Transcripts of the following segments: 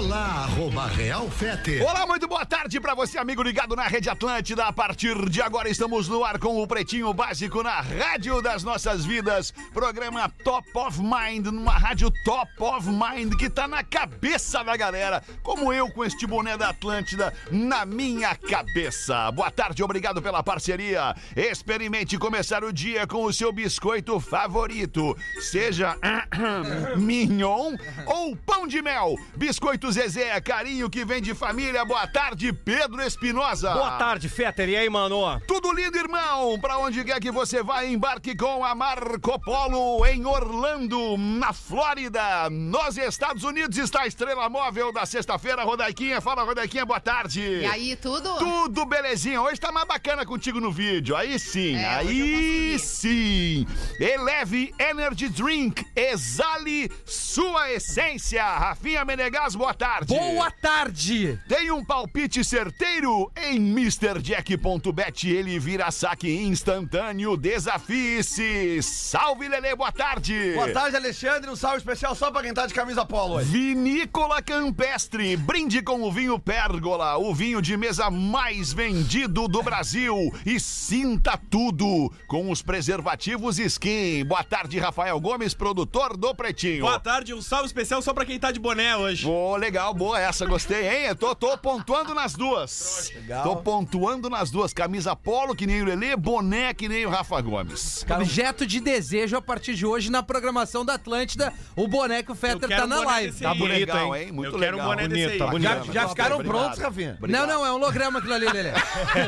Olá, @RealFetter. Olá, muito boa tarde pra você, amigo ligado na Rede Atlântida. A partir de agora estamos no ar com o Pretinho Básico na Rádio das Nossas Vidas. Programa Top of Mind, numa rádio Top of Mind que tá na cabeça da galera, como eu com este boné da Atlântida na minha cabeça. Boa tarde, obrigado pela parceria. Experimente começar o dia com o seu biscoito favorito, seja mignon ou pão de mel. Biscoito Zezé, carinho que vem de família. Boa tarde, Pedro Espinosa. Boa tarde, Fetter. E aí, mano? Tudo lindo, irmão. Pra onde quer que você vá, embarque com a Marco Polo em Orlando, na Flórida, nos Estados Unidos. Está a estrela móvel da sexta-feira, Rodaiquinha. Fala, Rodaiquinha, boa tarde. E aí, tudo? Tudo belezinha. Hoje tá mais bacana contigo no vídeo. Aí sim, aí sim. Eleve Energy Drink. Exale sua essência. Rafinha Menegas, boa tarde. Boa tarde. Tem um palpite certeiro em MrJack.bet. Ele vira saque instantâneo. Desafie-se. Salve, Lelê, boa tarde. Boa tarde, Alexandre. Um salve especial só pra quem tá de camisa polo hoje. Vinícola Campestre. Brinde com o vinho Pérgola, o vinho de mesa mais vendido do Brasil. E sinta tudo com os preservativos Skin. Boa tarde, Rafael Gomes, produtor do Pretinho. Boa tarde, um salve especial só pra quem tá de boné hoje. Ô, legal, boa essa, gostei, hein? Eu tô pontuando nas duas. Legal. Tô pontuando nas duas. Camisa polo, que nem o Lelê, boné, que nem o Rafa Gomes. Objeto de desejo a partir de hoje na programação da Atlântida, o boné que o Fetter tá na live. Tá Muito bonito, legal, hein? Muito Eu quero legal. um boné desse aí. Tá bonito. Já ficaram Obrigado. prontos, Rafinha? Não, é um holograma aquilo ali, Lelê.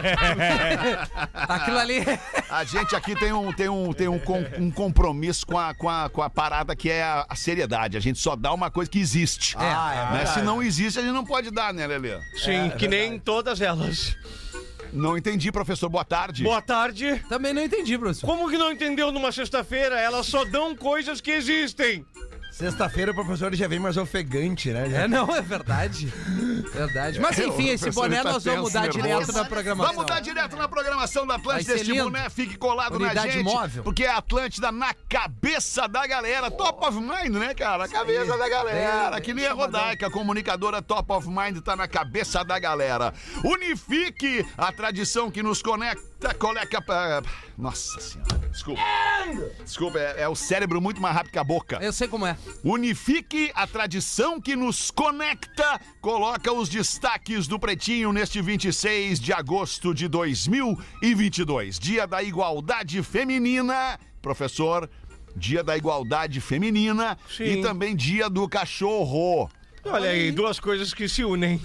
Aquilo ali... A gente aqui tem um compromisso com a parada que é a seriedade. A gente só dá uma coisa que existe. Né? Se não existe, a gente não pode dar, né, Lelê? Sim, que nem todas elas. Não entendi, professor. Boa tarde. Boa tarde. Também não entendi, professor. Como que não entendeu numa sexta-feira? Elas só dão coisas que existem. Sexta-feira o professor já vem mais ofegante, né? É, não, é verdade. Verdade. Mas enfim, o esse professor boné tá nós vamos tenso, mudar nervoso. direto na programação. Vamos dar direto na programação da Atlântida. Vai ser Este lindo. boné, fique colado Unidade na gente. móvel. Porque é a Atlântida na cabeça da galera. Top of Mind, né, cara? A cabeça da galera. Que nem a Rodaica, a comunicadora Top of Mind tá na cabeça da galera. Unifique a tradição que nos conecta. Nossa senhora. Desculpa, é o cérebro muito mais rápido que a boca. Eu sei como é. Unifique a tradição que nos conecta. Coloca os destaques do Pretinho neste 26 de agosto de 2022. Dia da Igualdade Feminina. Professor, Dia da Igualdade Feminina. Sim. E também Dia do Cachorro. Olha aí, duas coisas que se unem.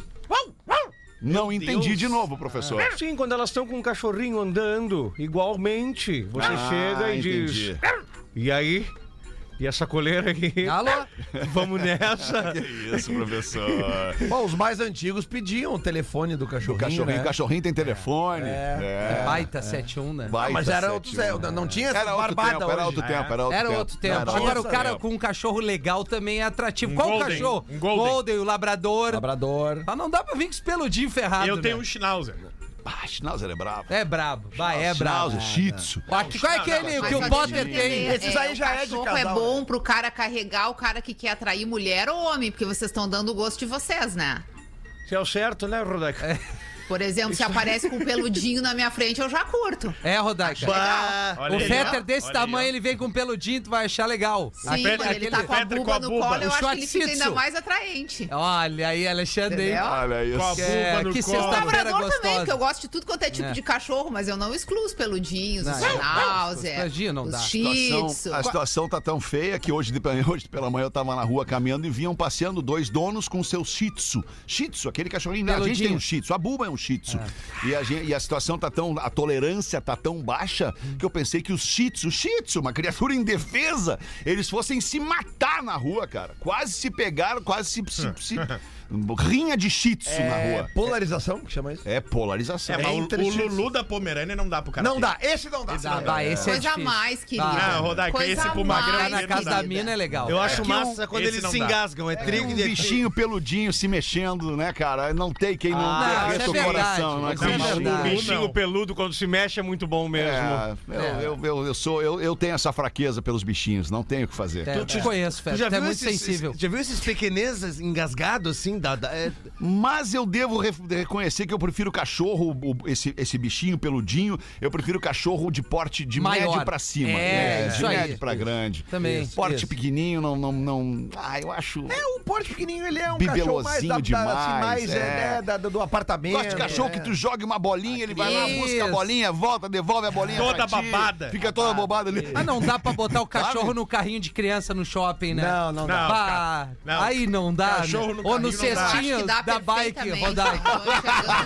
Não entendi de novo, professor. Sim, quando elas estão com um cachorrinho andando, igualmente, você chega e entendi. diz... E aí? E essa coleira aqui? Alô? Vamos nessa? Que isso, professor. Bom, os mais antigos pediam o telefone do cachorrinho, O cachorrinho tem telefone. Baita 71, né? Baita Mas era 71. outro... Não tinha essa Era outro barbada tempo, hoje. era outro tempo. Era outro tempo. Era Agora outro o cara tempo. com um cachorro legal também é atrativo. Qual golden, cachorro? um golden. O labrador. Labrador. Ah, não dá pra vir com esse peludinho ferrado, Eu tenho né? um Schnauzer. Ah, Schnauzer é brabo. É brabo. Vai, é brabo. Schnauzer, Shih Tzu. Qual é aquele que o Potter tem? Esses aí já é de cachorro casal, é bom pro cara carregar o cara que quer atrair mulher ou homem, porque vocês estão dando o gosto de vocês, né? Se é o certo, né, Rodaica? Por exemplo, se aparece com um peludinho na minha frente, eu já curto. É, Rodaica. Olha O aí, Fetter ó. desse Olha tamanho, aí, ó. ele vem com um peludinho, tu vai achar legal. Sim, Aquele- quando ele tá com a Fetter buba no colo, eu O acho que ele fica ainda shortitsu. mais atraente. Olha aí, Alexandre. Entendeu? Olha isso. Com a buba no que colo. O sexta-feira labrador também, gostosa. porque eu gosto de tudo quanto é tipo É. de cachorro, mas eu não excluo os peludinhos, os Não, Schnauzer, peludinho não dá. os Shih Tzu. A situação tá tão feia que hoje pela manhã eu tava na rua caminhando e vinham passeando dois donos com seus Shih Tzu. Shih Tzu, aquele cachorrinho. A gente Peludinho. tem um Shih Tzu, a Buba é um Shih Tzu. E a situação tá tão... A tolerância tá tão baixa que eu pensei que os Shih Tzu, uma criatura indefesa, eles fossem se matar na rua, cara. Quase se pegaram, quase se rinha de Shih Tzu na rua. Polarização, que chama isso? É polarização. É, mas Entre o Shih Tzu. Lulu da Pomerânia não dá pro cara. Não dá, esse não dá. Esse é Coisa a difícil. mais, querida. Ah, Rodaica, Coisa esse pro a magrão Tá mais, na casa da querida. mina é legal. Eu acho que massa quando esse eles não se dá. engasgam. É trigo Um de bichinho peludinho se mexendo, né, cara? Não tem quem não não, derreta isso o é verdade. coração. Não é Isso é como verdade. O bichinho peludo, quando se mexe, é muito bom mesmo. Eu tenho essa fraqueza pelos bichinhos, não tenho o que fazer. Eu te conheço, Fetter. Tu é muito sensível. Já viu esses pequenezes engasgados, assim, Mas eu devo reconhecer que eu prefiro cachorro, esse bichinho peludinho, eu prefiro cachorro de porte de Maior. médio pra cima. Isso de aí. médio pra grande. Também. Porte pequenininho, não. Eu acho. O porte pequenininho, ele é um Bibelozinho cachorro mais demais, do apartamento. Gosto de cachorro que tu joga uma bolinha, ele vai lá, busca a bolinha, volta, devolve a bolinha Toda pra ti. babada. Fica toda bobada ali. Ah, não dá pra botar o cachorro no carrinho de criança no shopping, né? Não dá. Bah, não. Aí não dá. Cachorro né? no Ou no carrinho não dá. cestinho Acho que dá da bike, perfeitamente. Rodaica. Tô enxergando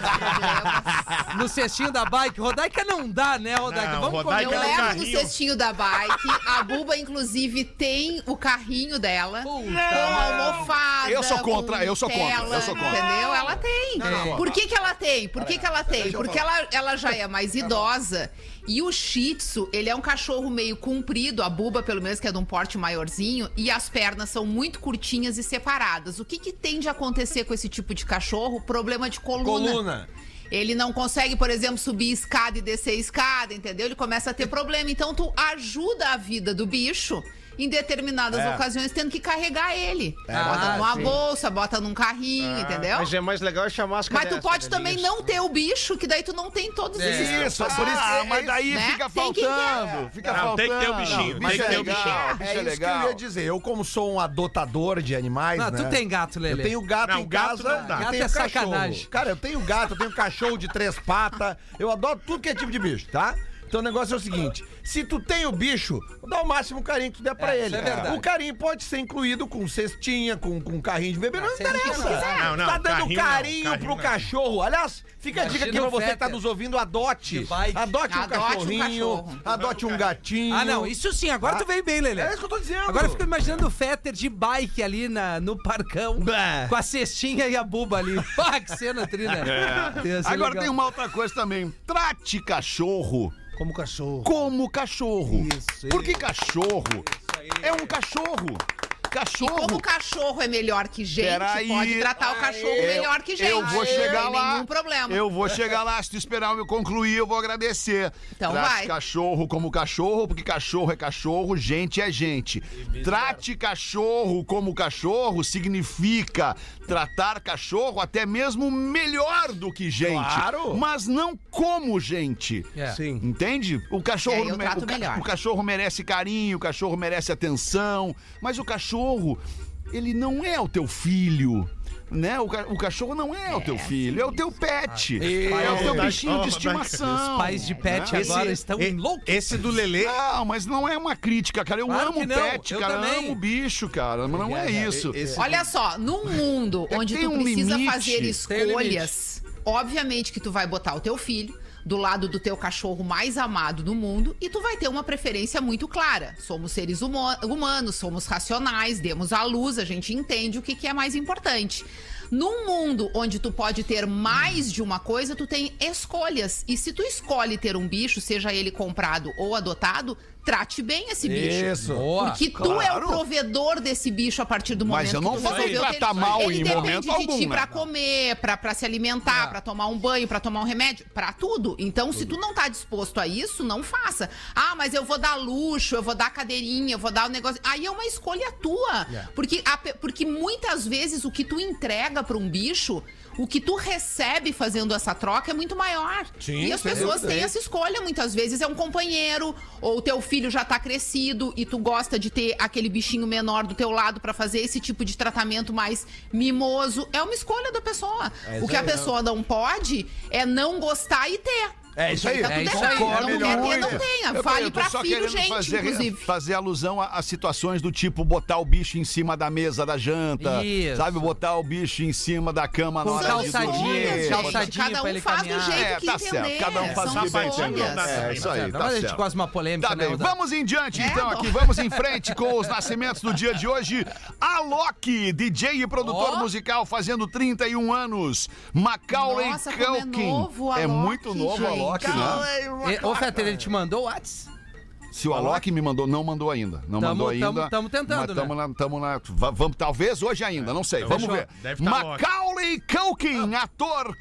os problemas. No cestinho da bike. Rodaica não dá, né, Rodaica? Não, Vamos Rodaica Eu comer. no levo no carrinho. cestinho da bike. A Buba, inclusive, tem o carrinho dela. Puta. Com almofada. Eu sou contra, com eu sou contra, tela, eu sou contra. Entendeu? Ela tem. Por que ela tem? Porque ela já é mais idosa. E o Shih Tzu, ele é um cachorro meio comprido, a Buba, pelo menos, que é de um porte maiorzinho, e as pernas são muito curtinhas e separadas. O que tem de acontecer com esse tipo de cachorro? Problema de coluna. Ele não consegue, por exemplo, subir escada e descer escada, entendeu? Ele começa a ter problema. Então, tu ajuda a vida do bicho em determinadas ocasiões, tendo que carregar ele. Bota numa bolsa, bota num carrinho, entendeu? Mas é mais legal chamar as Mas tu pode também não ter o bicho, que daí tu não tem todos esses Isso, por isso. Mas daí né? fica Tem que ter. faltando. Fica Não, faltando. tem que ter o bichinho, Bicho tem que é ter o legal, bichinho. bicho É é isso que eu legal. ia dizer. Eu, como sou um adotador de animais, Não, né? tu tem gato, Lelê. Eu tenho gato Não, em gato casa. não dá. Eu Gato tenho é cachorro. sacanagem. Cara, eu tenho gato, eu tenho cachorro de 3 patas. Eu adoro tudo que é tipo de bicho, tá? Então o negócio é o seguinte: se tu tem o bicho, dá o máximo carinho que tu der pra ele. isso é verdade. O carinho pode ser incluído com cestinha, com carrinho de bebê, não se ele interessa. quiser. Não, tá dando carrinho carinho não, pro carrinho não. cachorro. Aliás, fica a dica aqui Imagina pra o você que tá Fetter. nos ouvindo: adote. De bike. Adote um Adote um cachorrinho, cachorro. adote um gatinho. Ah, não, isso sim, agora tu veio bem, Lelê. É isso que eu tô dizendo. Agora eu fico imaginando o Fetter de bike ali no parcão, Bah. com a cestinha e a Buba ali. Pá, que cena, Trina. Agora tem uma outra coisa também. Trate cachorro Como cachorro. como cachorro. Isso, Porque cachorro é um cachorro. Cachorro. Como o cachorro é melhor que gente, Peraí. pode tratar o cachorro melhor que gente. Eu vou chegar Não tem lá. nenhum problema. Eu vou chegar lá. Se tu esperar eu concluir, eu vou agradecer. Então Trate vai. cachorro como cachorro, porque cachorro é cachorro, gente é gente. Trate cachorro como cachorro significa tratar cachorro até mesmo melhor do que gente. Claro. Mas não como gente. É. Sim. Entende? O cachorro, eu trato melhor. o cachorro merece carinho, o cachorro merece atenção, mas o cachorro, ele não é o teu filho, né? O cachorro não é o teu filho, é o teu pet, é o teu bichinho de estimação. Os pais de pet né? agora estão loucos. Esse do Lelê. Não, mas não é uma crítica, cara. Eu Claro amo que o não, pet, eu cara. Eu também. amo o bicho, cara. Mas não é isso. Olha só, num mundo onde tem tu um precisa limite. fazer Tem um escolhas, obviamente que tu vai botar o teu filho do lado do teu cachorro mais amado do mundo e tu vai ter uma preferência muito clara. Somos seres humanos, somos racionais, demos à luz, a gente entende o que é mais importante. Num mundo onde tu pode ter mais de uma coisa, tu tem escolhas. E se tu escolhe ter um bicho, seja ele comprado ou adotado, trate bem esse bicho. Isso. Boa. Porque tu é o provedor desse bicho a partir do momento Mas eu que não tu vou resolveu tratar ter- mal ele em depende momento de algum, ti né? pra comer, pra se alimentar, pra tomar um banho, pra tomar um remédio, pra tudo. Então, se tu não tá disposto a isso, não faça. Ah, mas eu vou dar luxo, eu vou dar cadeirinha, eu vou dar um negócio. Aí é uma escolha tua. Porque muitas vezes o que tu entrega pra um bicho, o que tu recebe fazendo essa troca é muito maior. Sim, e as sem pessoas dúvida. têm essa escolha. Muitas vezes é um companheiro, ou o teu filho já tá crescido e tu gosta de ter aquele bichinho menor do teu lado pra fazer esse tipo de tratamento mais mimoso. É uma escolha da pessoa. O que a pessoa não pode é não gostar e ter. É isso aí. Tá tudo É isso errado. aí. Não quer ter, Muito. não tenha. Eu Fale tô pra só filho, querendo gente, inclusive. fazer alusão a situações do tipo botar o bicho em cima da mesa da janta, Isso. sabe? Botar o bicho em cima da cama na Com hora de calçadinho, dormir. Gente, calçadinho cada pra um ele faz do caminhar. jeito que tá entender. certo. Cada um faz São o que bem escolhas. entender. É isso aí, Mas tá a gente certo. gosta de uma polêmica, Tá né? bem, Rodaica? vamos em diante É, então não. aqui, vamos em frente com os nascimentos do dia de hoje. Alok, DJ e produtor Ó. musical, fazendo 31 anos. Macaulay Nossa, como é Culkin. novo o É Alok, muito novo o Alok, gente. né? Ô, Fetter, ele te mandou o Whats? Se o Alok me mandou, não mandou ainda. Não mandou ainda. Tamo tentando, mas tamo na. Vamos, talvez hoje ainda, não sei. Vamos ver. Deve tá Macaulay Culkin, ator,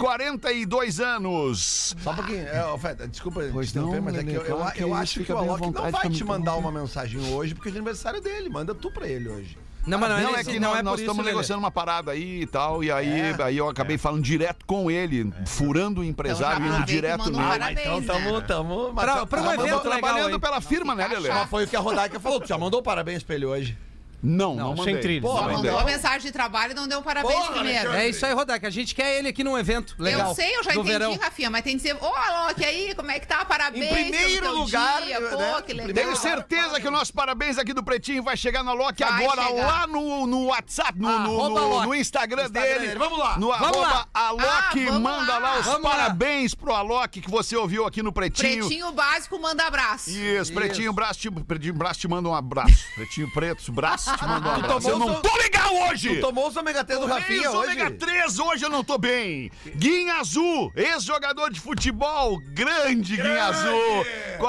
42 anos. Só um pouquinho. Feta, desculpa Pois te interromper, não, mas é que Lelê, claro que eu isso, acho que fica o bem à Alok não vontade vai pra te me mandar interromper. uma mensagem hoje, porque é aniversário dele. Manda tu pra ele hoje. Não, mas Não, é que nós por isso, estamos Lelê. negociando uma parada aí e tal, e aí eu acabei falando direto com ele, furando o empresário, Então já indo direto aproveita e nele. manda um parabéns, Então né? tamo... Pra um evento legal trabalhando aí. pela firma, né, Lelê? Mas foi o que a Rodaica falou. Tu já mandou parabéns pra ele hoje. Não Não, mandei. sem trilha. Não Porra, Só mandei. mandou a mensagem de trabalho e não deu parabéns Porra, primeiro. Alexandre. É isso aí, Rodak. A gente quer ele aqui num evento legal. Eu sei, eu já do entendi, verão. Rafinha, mas tem que dizer, ô, Alok, aí, como é que tá? Parabéns. Em primeiro pelo teu lugar, dia. Pô, né? que Em legal. Tenho certeza que o nosso parabéns aqui do Pretinho vai chegar no Alok Vai agora chegar. lá no WhatsApp, Arroba Alok. no Instagram dele. Vamos lá. No Vamos arroba lá. Alok, Vamos manda lá os Vamos lá. parabéns pro Alok que você ouviu aqui no Pretinho. Pretinho básico, manda abraço. Isso, Pretinho Braço te manda um abraço. Pretinho Preto, Braço te manda um abraço. Eu não tô legal hoje! Tu tomou os ômega 3 do Rafinha Isso, hoje? ômega 3, hoje eu não tô bem. Guinha Azul, ex-jogador de futebol, grande Guinha Azul.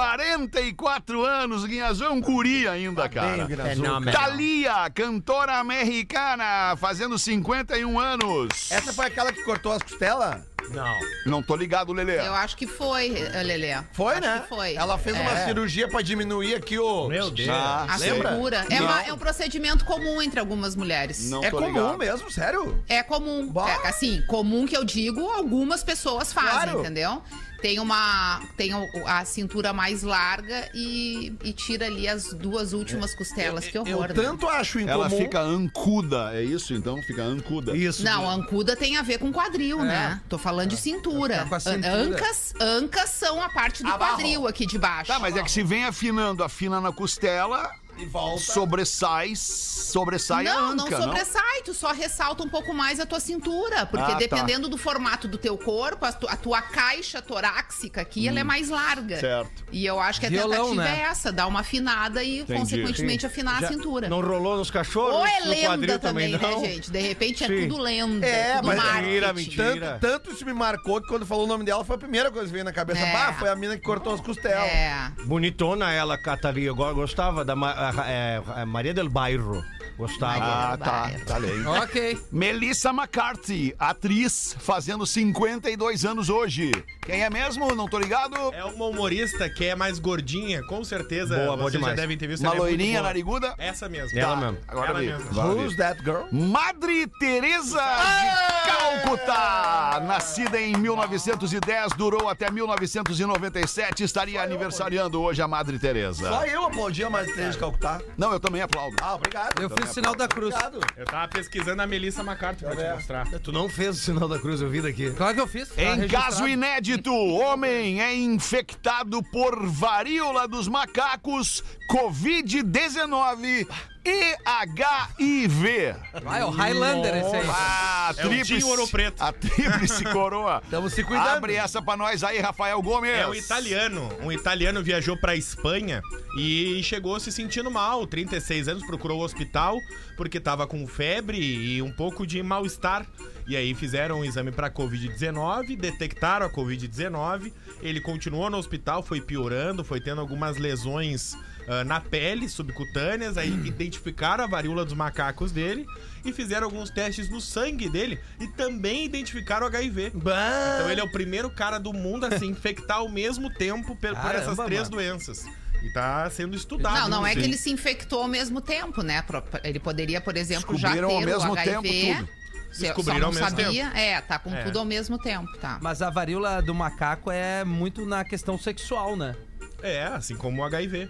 44 anos, Guinha Azul é um guri ainda, cara. Thalia, cantora americana, fazendo 51 anos. Essa foi aquela que cortou as costelas? Não. Não tô ligado, Lelê. Eu acho que foi, Lelê. Foi, Acho né? que foi. Ela fez uma cirurgia pra diminuir aqui o... Meu Deus. A Lembra? cintura. É um procedimento comum entre algumas mulheres. Não É tô comum ligado. mesmo, sério? É comum. Bah. É, assim, comum que eu digo, algumas pessoas fazem, Claro. entendeu? Tem a cintura mais larga e tira ali as duas últimas costelas. Que horror, Eu né? tanto acho incomum... Ela fica ancuda, é isso então? Fica ancuda. Isso. Não, a ancuda tem a ver com quadril, né? Tô falando de cintura. Tá com a cintura. Ancas são a parte do Abarro. quadril aqui de baixo. Tá, mas é que se vem afinando, afina na costela, E volta. sobressai a Não, anca, não sobressai, tu só ressalta um pouco mais a tua cintura. Porque Ah, tá. dependendo do formato do teu corpo, a tua caixa torácica aqui, ela é mais larga. Certo. E eu acho que a Violão, tentativa né? é essa, dar uma afinada e, consequentemente, afinar a cintura. Não rolou nos cachorros? Ou é no lenda quadril também, né, não? gente? De repente é Sim. tudo lenda. É, tudo mas mentira, marketing. mentira. Tanto isso me marcou que quando falou o nome dela foi a primeira coisa que veio na cabeça. É. Bah, foi a mina que cortou as costelas. É. Bonitona ela, Catalia. Eu gostava da a Maria del Bairro. Gostava. Ah, tá. Tá bem. Ok. Melissa McCarthy, atriz, fazendo 52 anos hoje. Quem é mesmo? Não tô ligado. É uma humorista que é mais gordinha, com certeza. Boa, boa vocês já demais. devem ter visto. Uma ela é muito loirinha boa. nariguda. Essa mesmo. Ela Tá. mesmo. Agora Ela vi. mesmo. Agora vi. Who's that girl? Madre Teresa de Calcutá, nascida em 1910, durou até 1997, estaria aniversariando hoje a Madre Teresa. Só eu aplaudi a mais três de Calcutá. Não, eu também aplaudo. Ah, obrigado. Eu fiz o sinal da cruz. Obrigado. Eu tava pesquisando a Melissa McCarthy pra te mostrar. Tu não fez o sinal da cruz, eu vi daqui. Claro que eu fiz. tá Em registrado. caso inédito, homem é infectado por varíola dos macacos, Covid-19 e HIV. Vai, o Highlander esse aí. Ah, É o Dinho Ouro Preto. A tríplice coroa. Tamo se cuidando. Abre essa pra nós aí, Rafael Gomes. É um italiano. Um italiano viajou pra Espanha e chegou se sentindo mal. 36 anos, procurou o hospital porque tava com febre e um pouco de mal-estar. E aí fizeram um exame pra Covid-19, detectaram a Covid-19. Ele continuou no hospital, foi piorando, foi tendo algumas lesões na pele, subcutâneas. Aí identificaram a varíola dos macacos dele e fizeram alguns testes no sangue dele e também identificaram o HIV. Então ele é o primeiro cara do mundo a se infectar ao mesmo tempo por Caramba, essas três mano. doenças. E tá sendo estudado. Não é isso. que ele se infectou ao mesmo tempo, né? Ele poderia, por exemplo, já ter Descobriram ao mesmo o HIV. tempo tudo. Descobriram só ao não mesmo sabia. É, tá com É. tudo ao mesmo tempo, tá. Mas a varíola do macaco é muito na questão sexual, né? É, assim como o HIV.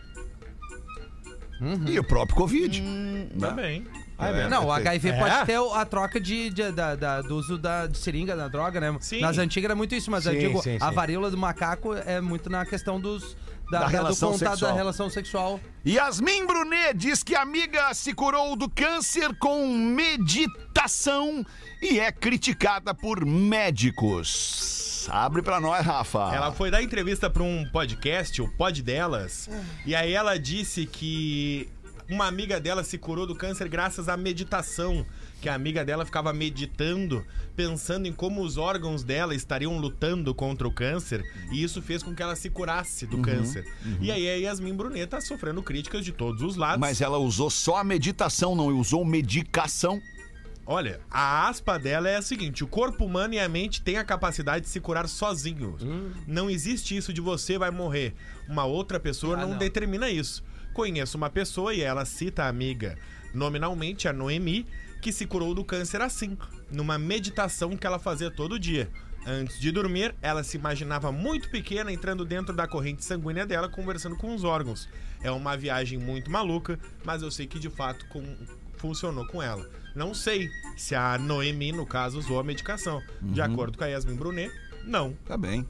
E o próprio Covid. Também. Não, o HIV pode É? ter a troca do uso de seringa na droga, né? Sim. Nas antigas era muito isso, mas eu Sim, digo, sim, a sim. varíola do macaco é muito na questão Da relação do contato sexual. da relação sexual. Yasmin Brunet diz que a amiga se curou do câncer com meditação e é criticada por médicos. Abre pra nós, Rafa. Ela foi dar entrevista pra um podcast, o Pod Delas, e aí ela disse que uma amiga dela se curou do câncer graças à meditação. Que a amiga dela ficava meditando, pensando em como os órgãos dela estariam lutando contra o câncer, e isso fez com que ela se curasse do câncer. E aí a Yasmin Brunet tá sofrendo críticas de todos os lados. Mas ela usou só a meditação, não usou medicação. Olha, a aspa dela é a seguinte: o corpo humano e a mente têm a capacidade de se curar sozinhos. Não existe isso de você vai morrer. Uma outra pessoa não não. determina isso. Conheço uma pessoa e ela cita a amiga nominalmente a Noemi, que se curou do câncer assim, numa meditação que ela fazia todo dia. Antes de dormir, ela se imaginava muito pequena entrando dentro da corrente sanguínea dela, conversando com os órgãos. É uma viagem muito maluca, mas eu sei que de fato funcionou com ela. Não sei se a Noemi, no caso, usou a medicação. De acordo com a Yasmin Brunet, não. Tá bem.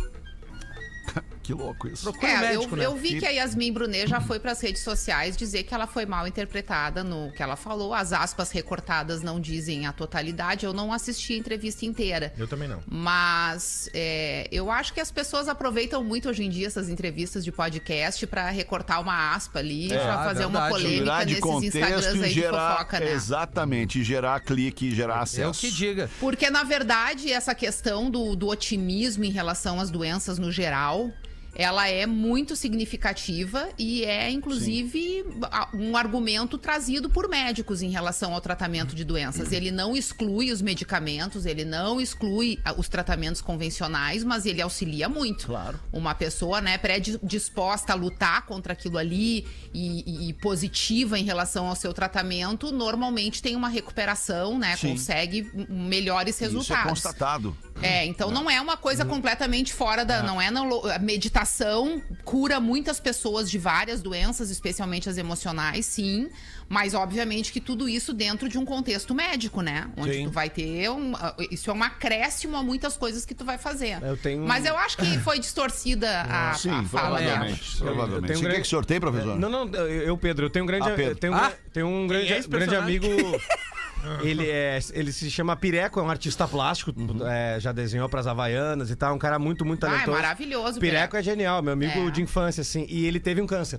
Que louco isso. Procura um médico, né? Eu vi que a Yasmin Brunet já foi pras redes sociais dizer que ela foi mal interpretada no que ela falou. As aspas recortadas não dizem a totalidade. Eu não assisti a entrevista inteira. Eu também não. Mas eu acho que as pessoas aproveitam muito hoje em dia essas entrevistas de podcast pra recortar uma aspa ali, já fazer uma polêmica tirar de nesses contexto Instagrams aí e gerar, de fofoca, né? exatamente, gerar clique, gerar acesso. É o que diga. Porque, na verdade, essa questão do otimismo em relação às doenças no geral, ela é muito significativa e é, inclusive, um argumento trazido por médicos em relação ao tratamento de doenças. Ele não exclui os medicamentos, ele não exclui os tratamentos convencionais, mas ele auxilia muito. Claro. Uma pessoa, né, predisposta a lutar contra aquilo ali e positiva em relação ao seu tratamento, normalmente tem uma recuperação, né, Sim. consegue melhores resultados. Isso é constatado. Então não é uma coisa completamente fora da... Não é a meditação cura muitas pessoas de várias doenças, especialmente as emocionais, sim. Mas, obviamente, que tudo isso dentro de um contexto médico, né? Onde Sim. tu vai ter... isso é um acréscimo a muitas coisas que tu vai fazer. Mas eu acho que foi distorcida a fala dela. Provavelmente. tenho Você quer que sorteie, professor? Não, Pedro, eu tenho um grande, Pedro. tenho um Quem é esse grande personagem? amigo. Ele se chama Pireco, é um artista plástico, já desenhou pras Havaianas e tal, um cara muito, muito É talentoso. maravilhoso. Pireco é genial, meu amigo É. de infância, assim, e ele teve um câncer.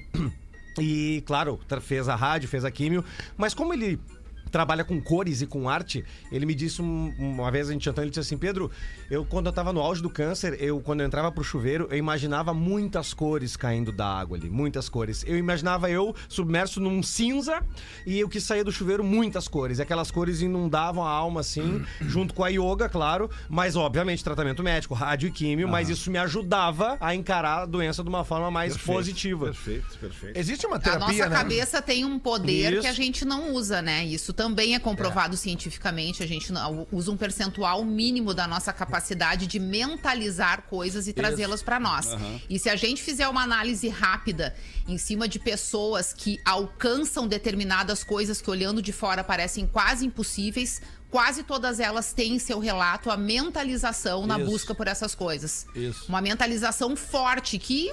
E, claro, fez a rádio, fez a químio, mas como ele trabalha com cores e com arte, ele me disse uma vez, a gente jantando, ele disse assim: Pedro, quando eu tava no auge do câncer, quando eu entrava pro chuveiro, eu imaginava muitas cores caindo da água ali, muitas cores. Eu imaginava eu submerso num cinza e eu que saía do chuveiro muitas cores. E aquelas cores inundavam a alma, assim, junto com a yoga, claro, mas obviamente tratamento médico, rádio e químio, mas isso me ajudava a encarar a doença de uma forma mais positiva. Perfeito. Existe uma A terapia, nossa né? cabeça tem um poder Isso. que a gente não usa, né? Isso também é comprovado cientificamente. A gente usa um percentual mínimo da nossa capacidade de mentalizar coisas e trazê-las para nós. E se a gente fizer uma análise rápida em cima de pessoas que alcançam determinadas coisas que olhando de fora parecem quase impossíveis, quase todas elas têm em seu relato a mentalização na busca por essas coisas. Isso. Uma mentalização forte que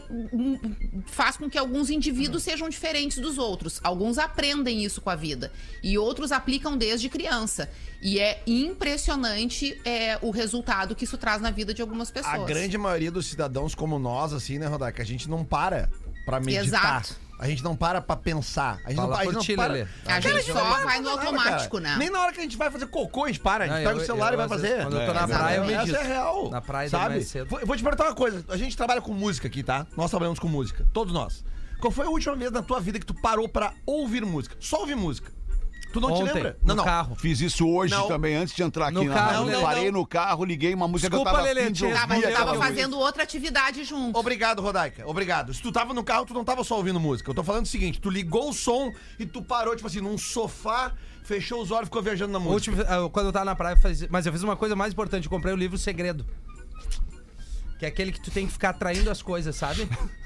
faz com que alguns indivíduos sejam diferentes dos outros. Alguns aprendem isso com a vida e outros aplicam desde criança. E é impressionante o resultado que isso traz na vida de algumas pessoas. A grande maioria dos cidadãos como nós, assim, né, Rodaica? A gente não para pra meditar. Exato. A gente não para pra pensar. A gente Fala não, a gente por não ti, para. Lelê. A gente só não vai no nada, automático, cara. né? Nem na hora que a gente vai fazer cocô, a gente para. A gente Não, pega o celular e vai às vezes, fazer. quando eu tô na praia, eu medito. Essa é real. Na praia, sabe? mais cedo. Vou te perguntar uma coisa. A gente trabalha com música aqui, tá? Nós trabalhamos com música. Todos nós. Qual foi a última vez na tua vida que tu parou pra ouvir música? Só ouvir música. Tu não te Ontem, lembra? no carro. Fiz isso hoje Não. também, antes de entrar aqui No na carro, rádio. não, Parei não. no carro, liguei uma música Desculpa, que eu tava Lelê, afim de tinha- ouvir. Tá, mas tu aquela tava música. fazendo outra atividade junto. Obrigado, Rodaica. Obrigado. Se tu tava no carro, tu não tava só ouvindo música. Eu tô falando o seguinte, tu ligou o som e tu parou, tipo assim, num sofá, fechou os olhos e ficou viajando na música. Quando eu tava na praia, mas eu fiz uma coisa mais importante. Eu comprei o livro Segredo. Que é aquele que tu tem que ficar atraindo as coisas, sabe?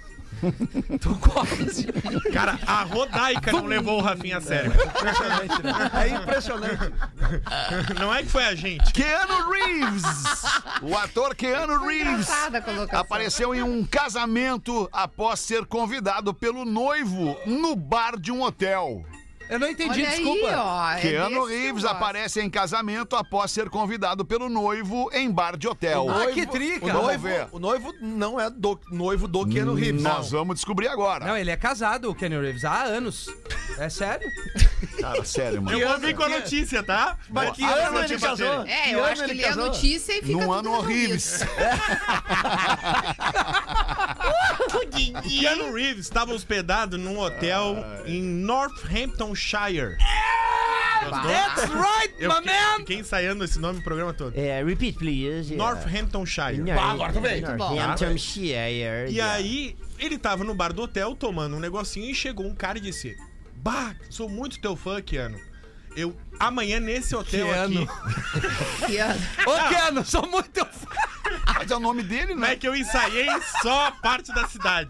Tu corre. Cara, a Rodaica não levou o Rafinha a sério. Impressionante, né? É impressionante. Não é que foi a gente. Keanu Reeves! O ator Keanu Reeves Engraçada a colocação. apareceu em um casamento após ser convidado pelo noivo no bar de um hotel. Eu não entendi, Olha desculpa. aí, ó. É Keanu desse que eu Reeves gosto. aparece em casamento após ser convidado pelo noivo em bar de hotel. Ah, que trica. O noivo não é noivo do Keanu Reeves. Nós vamos descobrir agora. Não, ele é casado, o Kenny Reeves, há anos. É sério? Cara, sério, mano. Eu ouvi com a notícia, tá? Mas que Boa. ano Ah, ele te casou? baterem. É, eu Que acho ano que ele lê a casou? notícia e fica Num tudo ano Reeves. Keanu Reeves estava hospedado num hotel em Northamptonshire. Gostou? That's right, Eu my fiquei, man! fiquei ensaiando esse nome o programa todo. Repeat, please. Northamptonshire. agora tu veio. Muito bom. Hamptonshire. E aí, ele tava no bar do hotel tomando um negocinho e chegou um cara e disse: Bah, sou muito teu fã, Keanu. Eu, amanhã nesse hotel Keanu. aqui... Keanu. Ô, Keanu, sou muito fã. Mas é o nome dele, Não né? é que eu ensaiei só a parte da cidade.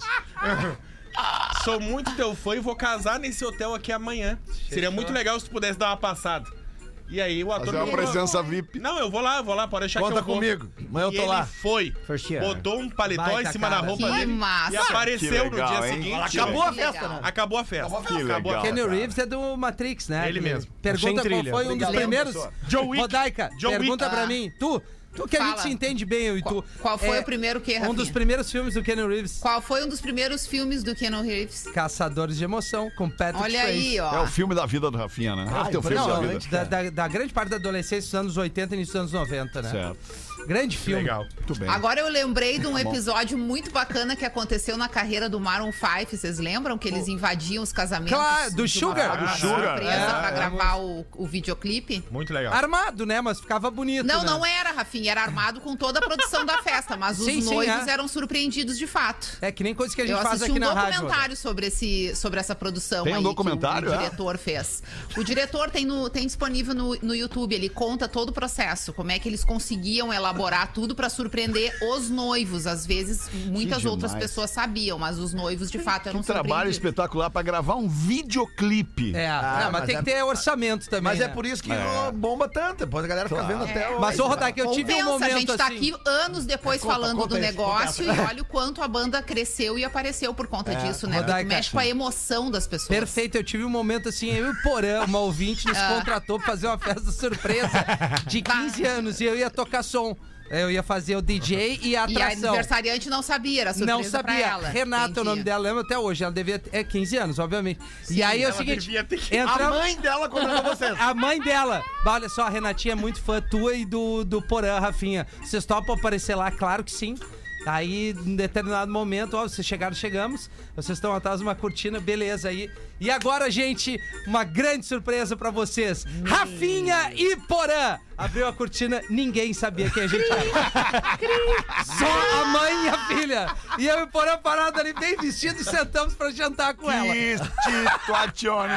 Sou muito teu fã e vou casar nesse hotel aqui amanhã. Seria muito legal se tu pudesse dar uma passada. E aí o ator... Fazer uma presença VIP. Não, eu vou lá, pode deixar que Conta eu vou. comigo. Amanhã eu E tô ele lá. foi, First year. botou um paletó Baita em cima da cara. roupa Que dele massa. e apareceu Que legal, no dia hein? seguinte. Acabou a Que festa, legal. né? Acabou a festa. Que Acabou a legal. festa. Keanu Reeves é do Matrix, né? Ele mesmo. Pergunta Achei qual trilha. foi um dos Obrigado, primeiros... professor. John Wick. Rodaica, John pergunta Wick. pra mim. Tu que a gente Fala. se entende bem, eu e tu. Qual foi o primeiro que, Um Rafinha? dos primeiros filmes do Keanu Reeves. Qual foi um dos primeiros filmes do Keanu Reeves? Caçadores de Emoção, com Patrick Olha Swayze. aí, É ó. o filme da vida do Rafinha, né? É o teu filme da Não, vida. da grande parte da adolescência dos anos 80 e início dos anos 90, né? Certo. Grande filme. Legal. Muito bem. Agora eu lembrei de um episódio muito bacana que aconteceu na carreira do Maroon 5. Vocês lembram que eles invadiam os casamentos? Claro, do de uma Sugar. forma Ah, do Sugar. surpresa É, pra é gravar o videoclipe. Muito legal. Armado, né? Mas ficava bonito, Não, né? não era, Rafinha. Era armado com toda a produção da festa, mas os Sim, sim, noivos é. eram surpreendidos de fato. É que nem coisa que a gente Eu faz assisti aqui um na rádio. documentário sobre essa produção Tem um aí documentário, que o é? diretor fez. O diretor tem disponível no YouTube, ele conta todo o processo, como é que eles conseguiam elaborar tudo pra surpreender os noivos. Às vezes, muitas Que outras demais. pessoas sabiam, mas os noivos de fato eram Um trabalho surpreendidos. espetacular pra gravar um videoclipe. É, não, mas mas tem é- que ter orçamento também. Mas é né? por isso que bomba tanto. Depois a galera fica vendo até hoje. Mas, ô, Rodak, eu tive um Compensa, momento a gente tá assim... aqui anos depois Conta, falando conta do isso, negócio e olha o quanto a banda cresceu e apareceu por conta disso, né? Rodaica, Tu mexe com a emoção das pessoas. Perfeito, eu tive um momento assim, eu e o Porã, uma ouvinte, nos contratou pra fazer uma festa surpresa de 15 anos e eu ia tocar som. Eu ia fazer o DJ e a E a atração. aniversariante não sabia, era surpresa Não sabia. pra ela. Renata é o nome Entendi. dela, lembro até hoje. Ela devia ter 15 anos, obviamente. E aí é o ela seguinte: devia ter que- A entramos. mãe dela contratou vocês. A mãe dela. Bah, olha só, a Renatinha é muito fã tua e do Porã, Rafinha. Vocês topam aparecer lá? Claro que sim. Aí, em determinado momento, ó, vocês chegaram, chegamos. Vocês estão atrás de uma cortina, beleza aí. E agora, gente, uma grande surpresa pra vocês. Rafinha e Porã. Abriu a cortina, ninguém sabia quem a gente era. Só a mãe e a filha. E eu e o Porã parado ali, bem vestido, e sentamos pra jantar com ela. Que situazione.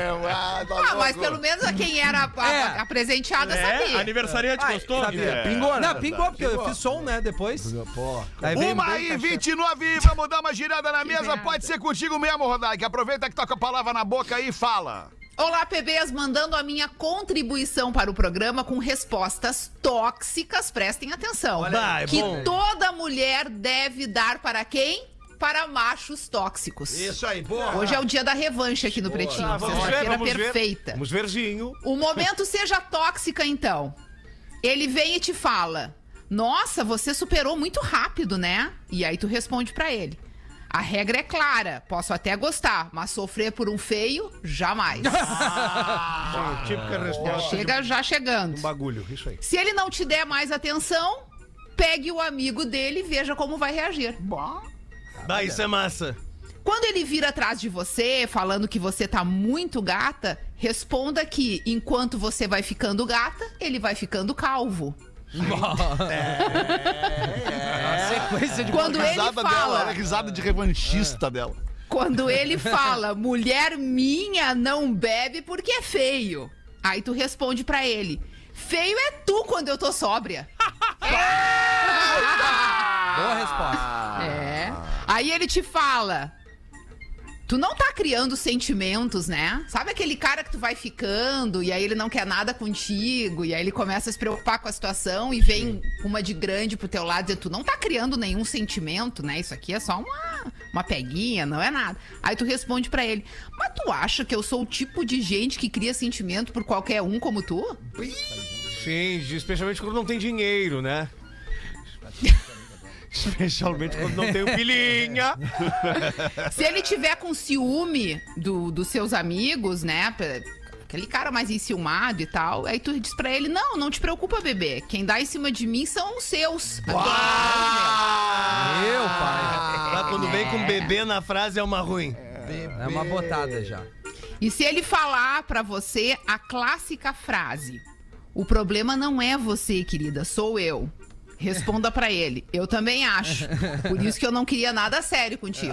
Mas pelo menos a quem era É. a presenteada sabia. Aniversariante gostou? Sabia. Pingou, né? Não, pingou, porque eu fiz som, né, depois. Pô. Aí veio Uma bem e cachê. 29, vamos dar uma girada na mesa. nada. Pode ser contigo mesmo, Rodak. Aproveita que tá com a palavra na boca aí e fala. Olá, PBs, mandando a minha contribuição para o programa com respostas tóxicas, prestem atenção. Olha, é que bom. toda mulher deve dar para quem? Para machos tóxicos. Isso aí, boa. Hoje é o dia da revanche aqui no Pretinho. Sexta-feira perfeita. Vamos verzinho. O momento seja tóxica, então. Ele vem e te fala: nossa, você superou muito rápido, né? E aí tu responde pra ele: a regra é clara, posso até gostar, mas sofrer por um feio, jamais. Típica resposta. Chega já chegando. Um bagulho, isso aí. Se ele não te der mais atenção, pegue o amigo dele e veja como vai reagir. Dá, isso é massa. Quando ele vir atrás de você, falando que você tá muito gata, responda que enquanto você vai ficando gata, ele vai ficando calvo. A sequência de Quando ele Risada dela, fala, era a risada de revanchista dela. quando ele fala, mulher minha não bebe porque é feio. Aí tu responde pra ele: feio é tu quando eu tô sóbria. Boa resposta. É. Aí ele te fala: tu não tá criando sentimentos, né? Sabe aquele cara que tu vai ficando e aí ele não quer nada contigo e aí ele começa a se preocupar com a situação e vem uma de grande pro teu lado dizendo: tu não tá criando nenhum sentimento, né? Isso aqui é só uma peguinha, não é nada. Aí tu responde pra ele: mas tu acha que eu sou o tipo de gente que cria sentimento por qualquer um como tu? Sim, especialmente quando não tem dinheiro, né? Especialmente quando não tem o pilinha. Se ele tiver com ciúme dos seus amigos, né? Aquele cara mais enciumado e tal, aí tu diz pra ele: não te preocupa, bebê. Quem dá em cima de mim são os seus. Meu pai. Lá quando vem com bebê na frase é uma ruim. É uma botada já. E se ele falar pra você a clássica frase: o problema não é você, querida, sou eu. Responda pra ele. Eu também acho. Por isso que eu não queria nada sério contigo.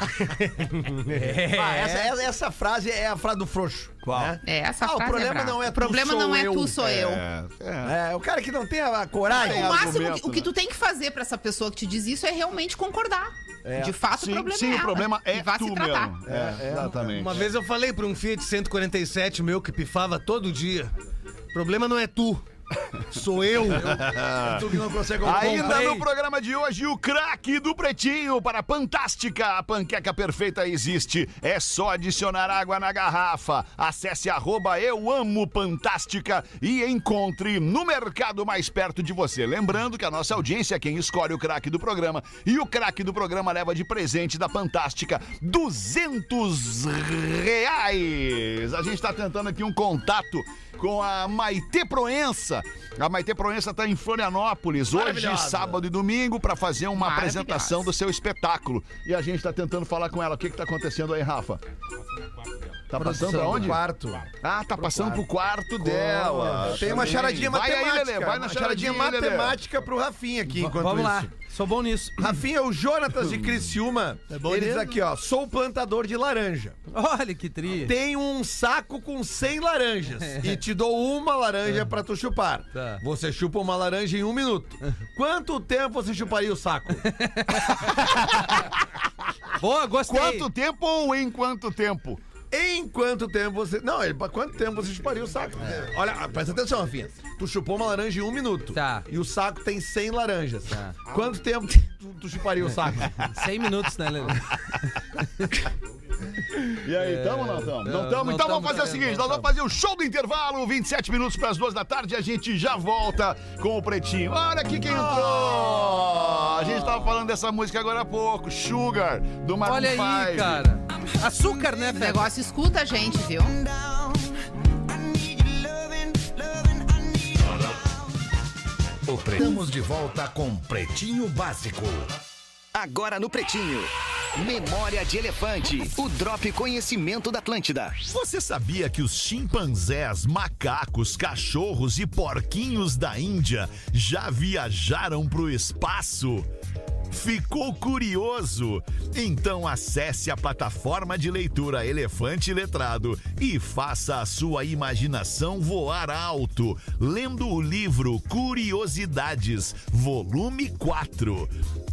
Essa frase é a frase do frouxo. Qual? Né? Essa frase o problema é brava. não é O problema não é tu, sou eu. É, o cara que não tem a coragem. O máximo, argumento, o que tu tem que fazer pra essa pessoa que te diz isso é realmente concordar. De fato, o problema sim, é o ela. problema é E vá tu se tratar. mesmo. Exatamente. Uma vez eu falei pra um Fiat 147 meu que pifava todo dia. O problema não é tu, sou eu. Tu que não consegue Ainda comprei. no programa de hoje, o craque do Pretinho para a Fantástica. A panqueca perfeita existe. É só adicionar água na garrafa. Acesse @EuAmoFantástica e encontre no mercado mais perto de você. Lembrando que a nossa audiência é quem escolhe o craque do programa. E o craque do programa leva de presente da Fantástica R$200. A gente está tentando aqui um contato com a Maitê Proença. A Maitê Proença está em Florianópolis hoje, sábado e domingo, para fazer uma Maravilhosa. apresentação do seu espetáculo. E a gente está tentando falar com ela. O que está acontecendo aí, Rafa? Tá passando aonde? Quarto. Ah, tá passando pro quarto dela. Tem uma charadinha Vai aí, matemática. Lelê, vai na uma charadinha, charadinha Lelê. matemática pro Rafinha aqui, enquanto Vamos isso. lá, sou bom nisso. Rafinha, o Jonatas de Criciúma, ele diz aqui, ó, sou plantador de laranja. Olha que tri. Tenho um saco com 100 laranjas e te dou uma laranja pra tu chupar. Tá. Você chupa uma laranja em 1 minuto. Quanto tempo você chuparia o saco? Boa, gostei. Quanto tempo ou em quanto tempo? Em quanto tempo você... Não, pra quanto tempo você chuparia o saco? Olha, presta atenção, Rafinha. Tu chupou uma laranja em 1 minuto. Tá. E o saco tem 100 laranjas. Tá. Quanto tempo tu chuparia o saco? 100 minutos, né, Lelê? E aí, tamo ou não tamo? Não tamo? não Então tamo, vamos fazer o não seguinte, tamo. nós vamos fazer o show do intervalo, 27 minutos para as 2 da tarde, e a gente já volta com o Pretinho. Olha aqui quem entrou! A gente tava falando dessa música agora há pouco, Sugar, do Maroon Olha 5. aí, cara. Açúcar, né, O Fé? negócio escuta a gente, viu? Estamos de volta com Pretinho Básico. Agora no Pretinho. Memória de Elefante. O Drop Conhecimento da Atlântida. Você sabia que os chimpanzés, macacos, cachorros e porquinhos da Índia já viajaram para o espaço? Ficou curioso? Então acesse a plataforma de leitura Elefante Letrado e faça a sua imaginação voar alto, lendo o livro Curiosidades, volume 4.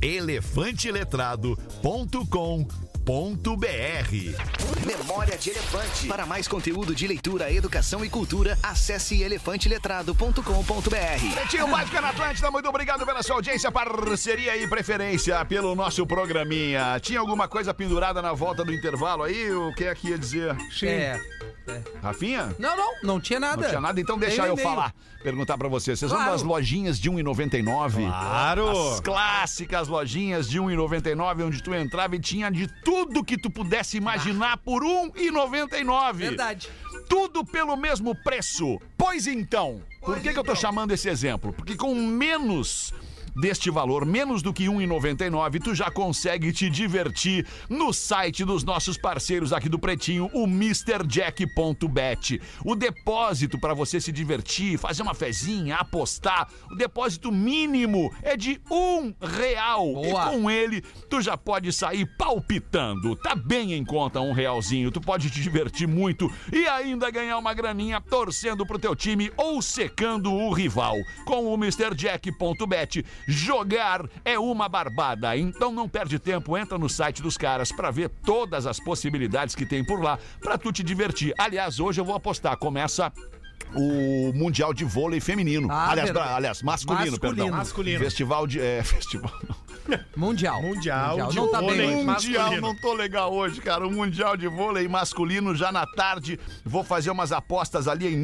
elefanteletrado.com.br. Memória de Elefante. Para mais conteúdo de leitura, educação e cultura, acesse elefanteletrado.com.br. Pretinho Básico na Atlântida, muito obrigado pela sua audiência, parceria e preferência pelo nosso programinha. Tinha alguma coisa pendurada na volta do intervalo aí? O que é que ia dizer? É. Rafinha? Não tinha nada. Não tinha nada, então deixa Tem eu e-mail. falar. Perguntar pra vocês. Vocês Claro. vão das lojinhas de R$1,99? Claro. As clássicas lojinhas de R$1,99, onde tu entrava e tinha de tudo que tu pudesse imaginar por R$1,99. Verdade. Tudo pelo mesmo preço. Pois então, por que eu tô chamando esse exemplo? Porque com menos deste valor, menos do que R$1,99, tu já consegue te divertir no site dos nossos parceiros aqui do Pretinho, o MrJack.bet. O depósito para você se divertir, fazer uma fezinha, apostar, o depósito mínimo é de R$1. Boa. E com ele, tu já pode sair palpitando. Tá bem em conta R$1. Tu pode te divertir muito e ainda ganhar uma graninha torcendo pro teu time ou secando o rival. Com o MrJack.bet, jogar é uma barbada. Então não perde tempo, entra no site dos caras pra ver todas as possibilidades que tem por lá pra tu te divertir. Aliás, hoje eu vou apostar. Começa o Mundial de Vôlei Feminino. Ah, aliás, verdade. aliás, masculino, perdão. Masculino. Festival de... festival... Mundial. Mundial de Não tá vôlei. bem. Mundial, masculino. não tô legal hoje, cara. O Mundial de Vôlei masculino já na tarde. Vou fazer umas apostas ali em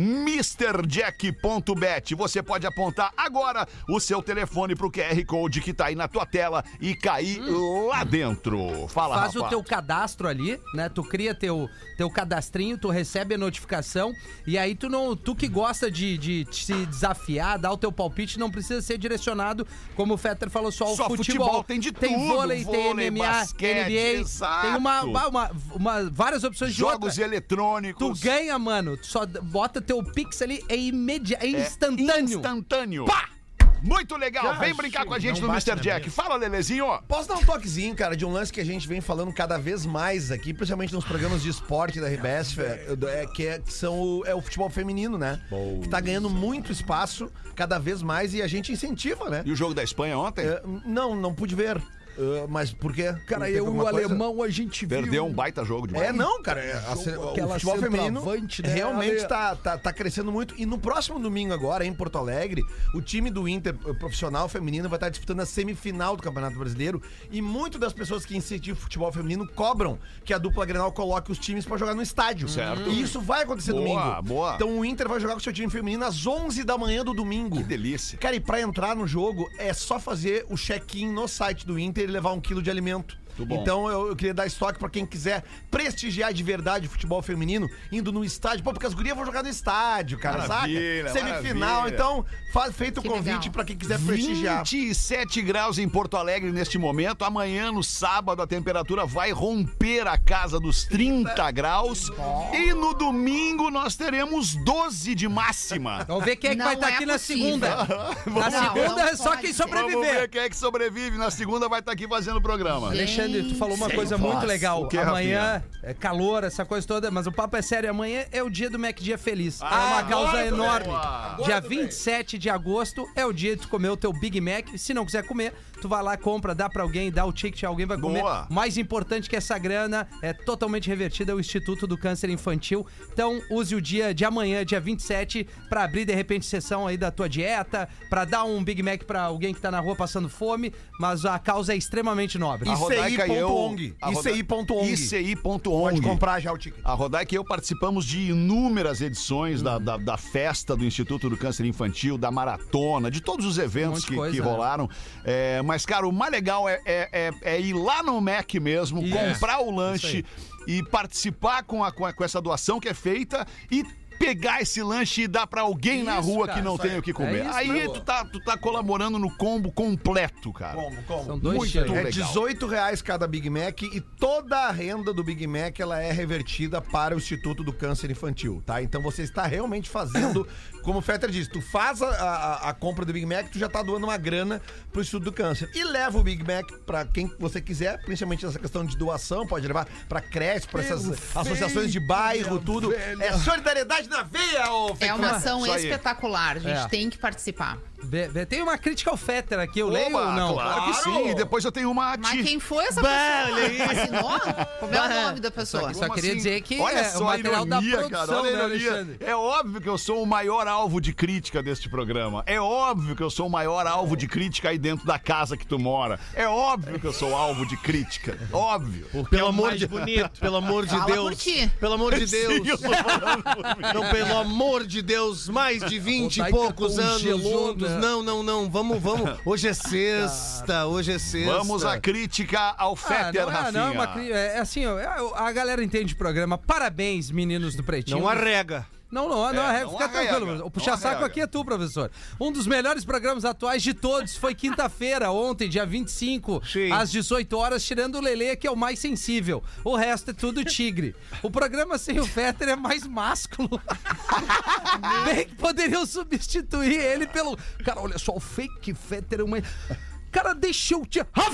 MrJack.bet. Você pode apontar agora o seu telefone pro QR Code que tá aí na tua tela e cair lá dentro. Fala, Faz Rafa. o teu cadastro ali, né? Tu cria teu cadastrinho, tu recebe a notificação e aí tu que gosta de se desafiar, dar o teu palpite, não precisa ser direcionado, como o Fetter falou, só ao Só futebol, tem de tem tudo, vôlei, tem vôlei, MMA, basquete, NBA, exato. tem várias opções de Jogos outra. eletrônicos. Tu ganha, mano. Tu só bota teu Pix ali, é imediato, é instantâneo. Instantâneo. Pá! Muito legal. Vem brincar com a gente no Mr. Jack. Fala, Lelezinho. Posso dar um toquezinho, cara, de um lance que a gente vem falando cada vez mais aqui, principalmente nos programas de esporte da RBS, que são o futebol feminino, né? Que tá ganhando muito espaço cada vez mais e a gente incentiva, né? E o jogo da Espanha ontem? Não pude ver. Mas por quê? Cara, eu e o alemão, a gente viu... Perdeu um baita jogo de bola. O futebol feminino realmente tá crescendo muito. E no próximo domingo agora, em Porto Alegre, o time do Inter profissional feminino vai estar disputando a semifinal do Campeonato Brasileiro. E muitas das pessoas que incentivam o futebol feminino cobram que a dupla Grenal coloque os times pra jogar no estádio. Certo. E isso vai acontecer domingo. Boa. Então o Inter vai jogar com o seu time feminino às 11 da manhã do domingo. Que delícia. Cara, e pra entrar no jogo é só fazer o check-in no site do Inter e levar 1 quilo de alimento. Então eu queria dar estoque pra quem quiser prestigiar de verdade o futebol feminino, indo no estádio. Pô, porque as gurias vão jogar no estádio, cara, maravilha, saca? Semifinal, maravilha. Então feito o convite legal pra quem quiser prestigiar. 27 graus em Porto Alegre neste momento. Amanhã, no sábado, a temperatura vai romper a casa dos 30 graus. E no domingo nós teremos 12 de máxima. Vamos ver quem é que vai estar aqui na segunda. Na segunda é só quem sobreviver. Vamos ver quem é que sobrevive. Na segunda vai estar aqui fazendo o programa. Alexandre, tu falou uma coisa muito legal. O que, amanhã é calor, essa coisa toda, mas o papo é sério. Amanhã é o dia do Mac Dia Feliz. É uma causa enorme. Dia 27 de agosto é o dia de tu comer o teu Big Mac. Se não quiser comer, tu vai lá, compra, dá pra alguém, dá o ticket, alguém vai comer. Mais importante que essa grana é totalmente revertida ao Instituto do Câncer Infantil. Então, use o dia de amanhã, dia 27, pra abrir, de repente, sessão aí da tua dieta, pra dar um Big Mac pra alguém que tá na rua passando fome, mas a causa é extremamente nobre. ICI.ONG. Pode comprar já o ticket. A Rodaica e eu participamos de inúmeras edições da festa do Instituto do Câncer Infantil, da maratona, de todos os eventos que rolaram. Mas, cara, o mais legal é ir lá no Mac mesmo, comprar o lanche e participar com essa doação que é feita e pegar esse lanche e dar pra alguém na rua que não tem o que comer. Aí tu tá colaborando no combo completo, cara. São dois muito cheiros. legal. É R$18 cada Big Mac e toda a renda do Big Mac ela é revertida para o Instituto do Câncer Infantil, tá? Então você está realmente fazendo, como o Fetter disse, tu faz a compra do Big Mac, tu já tá doando uma grana pro Instituto do Câncer. E leva o Big Mac pra quem você quiser, principalmente nessa questão de doação, pode levar pra creche, pra essas associações de bairro, tudo. É solidariedade na veia, ô Fetter. É uma ação espetacular, a gente tem que participar. Tem uma crítica ao Fetter aqui, eu leio ou não? Claro que sim, e depois eu tenho uma... Mas quem foi essa pessoa? Assinou? Como é o nome da pessoa? Só queria dizer que olha é só o material ironia, da produção, cara, né, Alexandre? É óbvio que eu sou o maior alvo de crítica deste programa. É óbvio que eu sou o maior alvo de crítica aí dentro da casa que tu mora. É óbvio que eu sou alvo de crítica. Óbvio. Pelo amor de bonito. Pelo amor de Fala Deus. por ti. Pelo amor de Deus. Sim, eu tô falando por mim. Não, pelo amor de Deus, mais de 20 e poucos anos juntos. Né? Não, vamos. Hoje é sexta. Vamos à crítica ao Fetter, Rafinha. É assim, a galera entende o programa. Parabéns, meninos do Pretinho. Não arrega. Não arrega, fica tranquilo. arrega, O puxa-saco aqui é tu, professor. Um dos melhores programas atuais de todos foi quinta-feira, ontem, dia 25, às 18 horas, tirando o Lelê, que é o mais sensível. O resto é tudo tigre. O programa sem o Fetter é mais másculo. Bem que poderiam substituir ele pelo... Cara, olha só, o fake Fetter é uma... Cara, deixa eu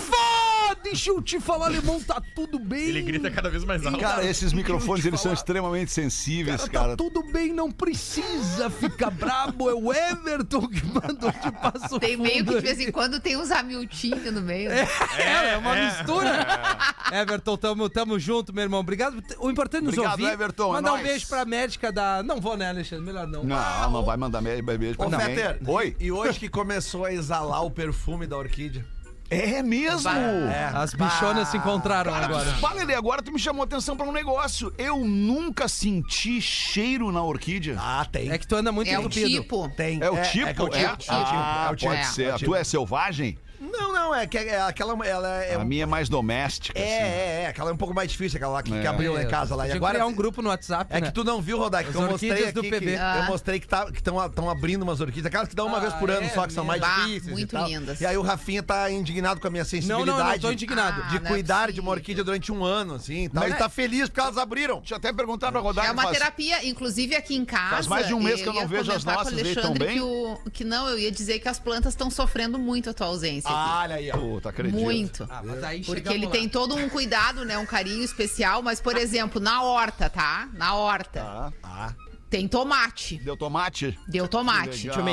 te falar, alemão, tá tudo bem. Ele grita cada vez mais alto. Cara, esses microfones, eles são extremamente sensíveis, cara. Tá tudo bem, não precisa ficar brabo. É o Everton que mandou de passo Tem meio que de vez em quando tem uns Hamiltinho no meio. É uma mistura. Everton, tamo junto, meu irmão. Obrigado. O importante é nos ouvir. Everton. Mandar um beijo pra médica da... Não vou, né, Alexandre? Melhor não. Não vai mandar beijo pra ninguém. Fetter, Oi? e hoje que começou a exalar o perfume da orquídea. É mesmo? As bichonas se encontraram agora. Lelê, agora tu me chamou a atenção pra um negócio. Eu nunca senti cheiro na orquídea. Ah, tem. É que tu anda muito É o entupido. tipo. Tem. É o tipo? É o tipo. Pode ser. Tu é selvagem? Não, Não, é que aquela... Ela é A minha é mais doméstica. assim. aquela é um pouco mais difícil, aquela lá que abriu lá em casa lá. E Podia agora criar um grupo no WhatsApp, é né? que tu não viu, Rodak, que As eu mostrei orquídeas aqui do PB. eu mostrei que estão abrindo umas orquídeas, aquelas que dão uma vez por ano só, que são mais Bah, difíceis muito e tal. lindas. E aí o Rafinha tá indignado com a minha sensibilidade. Não tô indignado. De não é cuidar de possível. uma orquídea durante um ano, assim, e tal. Mas Ele tá feliz porque elas abriram. Deixa eu até perguntar pra Rodar. É uma terapia, inclusive aqui em casa. Faz mais de um mês que eu não ia vejo as comentar com o nossas aí, tão Alexandre bem? que não, eu ia dizer que as plantas estão sofrendo muito a tua ausência. aqui. Olha aí, ó. Puta, acredito. Muito. Mas aí Porque chegamos ele lá. tem todo um cuidado, né? Um carinho especial. Mas, por exemplo, na horta, tá? Na horta. Tem tomate. Deu tomate? Deu tomate. Legal.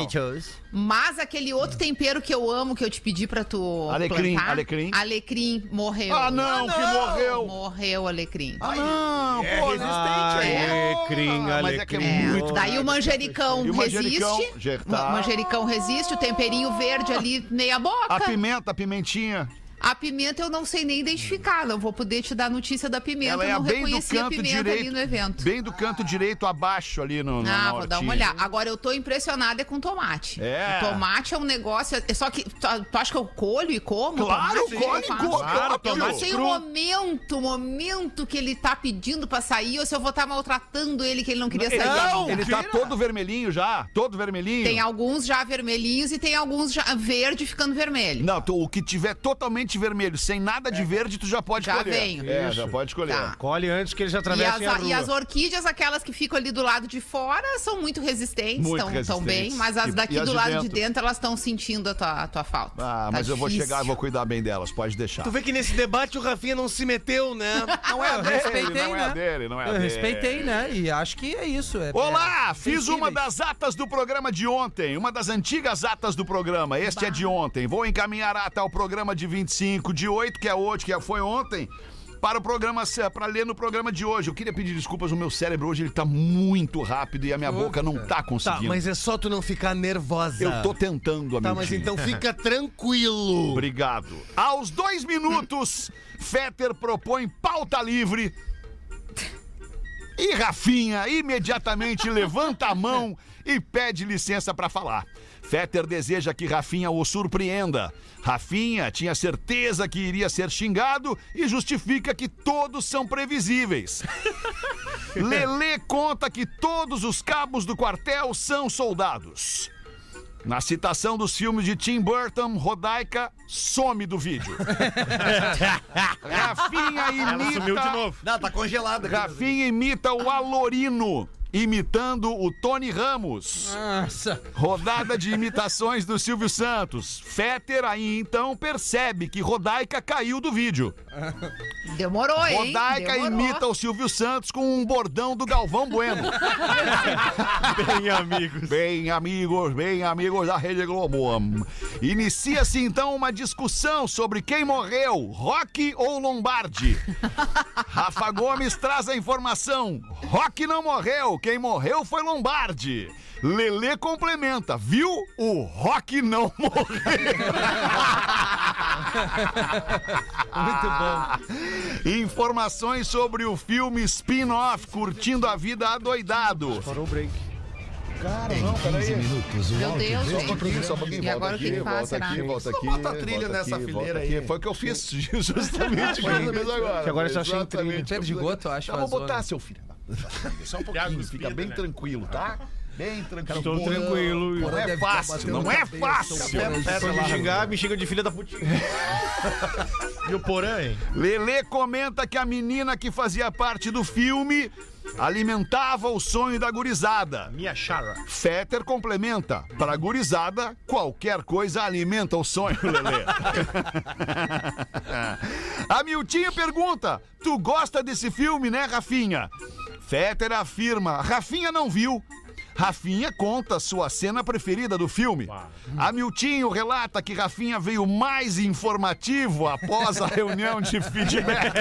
Mas aquele outro tempero que eu amo, que eu te pedi pra tu Alecrim, plantar. alecrim. Alecrim morreu. Ah, não, que morreu. Morreu o alecrim. Ah, não, É pô, resistente aí. Alecrim, mas é que é alecrim. muito. Daí o manjericão E o manjericão? resiste. Tá. O manjericão resiste, o temperinho verde ali, meia boca. A pimenta, a pimentinha. A pimenta eu não sei nem identificar, não vou poder te dar notícia da pimenta, Ela eu é não bem do reconheci a canto pimenta direito. ali no evento. Bem do canto direito abaixo ali no na Vou dar uma hortinha. olhada. Agora eu tô impressionada com tomate. É. O tomate é um negócio. É só que tu acha que eu colho e como? Claro, tomate? colhe e Eu come, faço. claro, Eu não tomate sei cru. o momento que ele tá pedindo pra sair ou se eu vou estar maltratando ele que ele não queria sair. Não, ele tá tira. todo vermelhinho já. Todo vermelhinho. Tem alguns já vermelhinhos e tem alguns já verde ficando vermelho. Não, o que tiver totalmente vermelho, sem nada de verde, tu já pode Já escolher. venho. É, já pode escolher. Tá. Colhe antes que eles E atravessem a as, rua. e as orquídeas, aquelas que ficam ali do lado de fora, são muito resistentes, Muito estão resistentes. bem, mas as E daqui as do de lado dentro? de dentro, elas estão sentindo a tua falta. Ah, mas Tá eu vou difícil. chegar e vou cuidar bem delas, pode deixar. Tu vê que nesse debate o Rafinha não se meteu, né? Não é Eu dele, respeitei, não é né? dele, não é Eu dele. respeitei, né? E acho que é isso. Olá, fiz sensíveis. uma das atas do programa de ontem, uma das antigas atas do programa. Este é de ontem. Vou encaminhar a ata ao programa de 25 de 8, que é hoje, foi ontem, para o programa, para ler no programa de hoje. Eu queria pedir desculpas, o meu cérebro hoje ele tá muito rápido e a minha boca não tá Tá, conseguindo. mas é só tu não ficar nervosa. Eu tô tentando, amigo. Tá, mas então fica tranquilo. Obrigado. Aos 2 minutos, Fetter propõe pauta livre. E Rafinha imediatamente levanta a mão e pede licença para falar. Fetter deseja que Rafinha o surpreenda. Rafinha tinha certeza que iria ser xingado e justifica que todos são previsíveis. Lelê conta que todos os cabos do quartel são soldados. Na citação dos filmes de Tim Burton, Rodaica some do vídeo. Rafinha imita... Sumiu de novo. Não, tá congelada. aqui. Rafinha imita o Alorino, imitando o Tony Ramos. Nossa. Rodada de imitações do Silvio Santos. Fetter aí então percebe que Rodaica caiu do vídeo. Demorou, hein? Rodaica Demorou. imita o Silvio Santos com um bordão do Galvão Bueno. Bem amigos da Rede Globo. Inicia-se então uma discussão sobre quem morreu, Rock ou Lombardi. Rafa Gomes traz a informação: Rock não morreu, quem morreu foi Lombardi. Lelê complementa, viu? O Rock não morreu. Muito bom. Informações sobre o filme spin-off Curtindo a Vida Adoidado. Parou o break. Cara, não, peraí. Meu Deus, gente. Só um pouquinho, E agora o que que faz, será? volta aqui. Bota a trilha volta nessa aqui, fileira volta aí. aqui. Foi o que eu fiz justamente agora. Que agora eu só achei Exatamente. Cheiro de goto, eu acho. Eu vou vazou, botar, né? seu filho. Só um Thiago pouquinho, Espírito, fica bem né? tranquilo, tá? Bem tranquilo. Tô tranquilo. Não é fácil, não é fácil. Se me xingar, me xinga de filha da putinha. E o Porã, hein? Lelê comenta que a menina que fazia parte do filme alimentava o sonho da gurizada. Mia Shara. Fetter complementa: para gurizada, qualquer coisa alimenta o sonho, Lelê. A Miltinha pergunta: tu gosta desse filme, né, Rafinha? Fetter afirma: Rafinha não viu. Rafinha conta sua cena preferida do filme. Hamiltinho relata que Rafinha veio mais informativo após a reunião de feedback.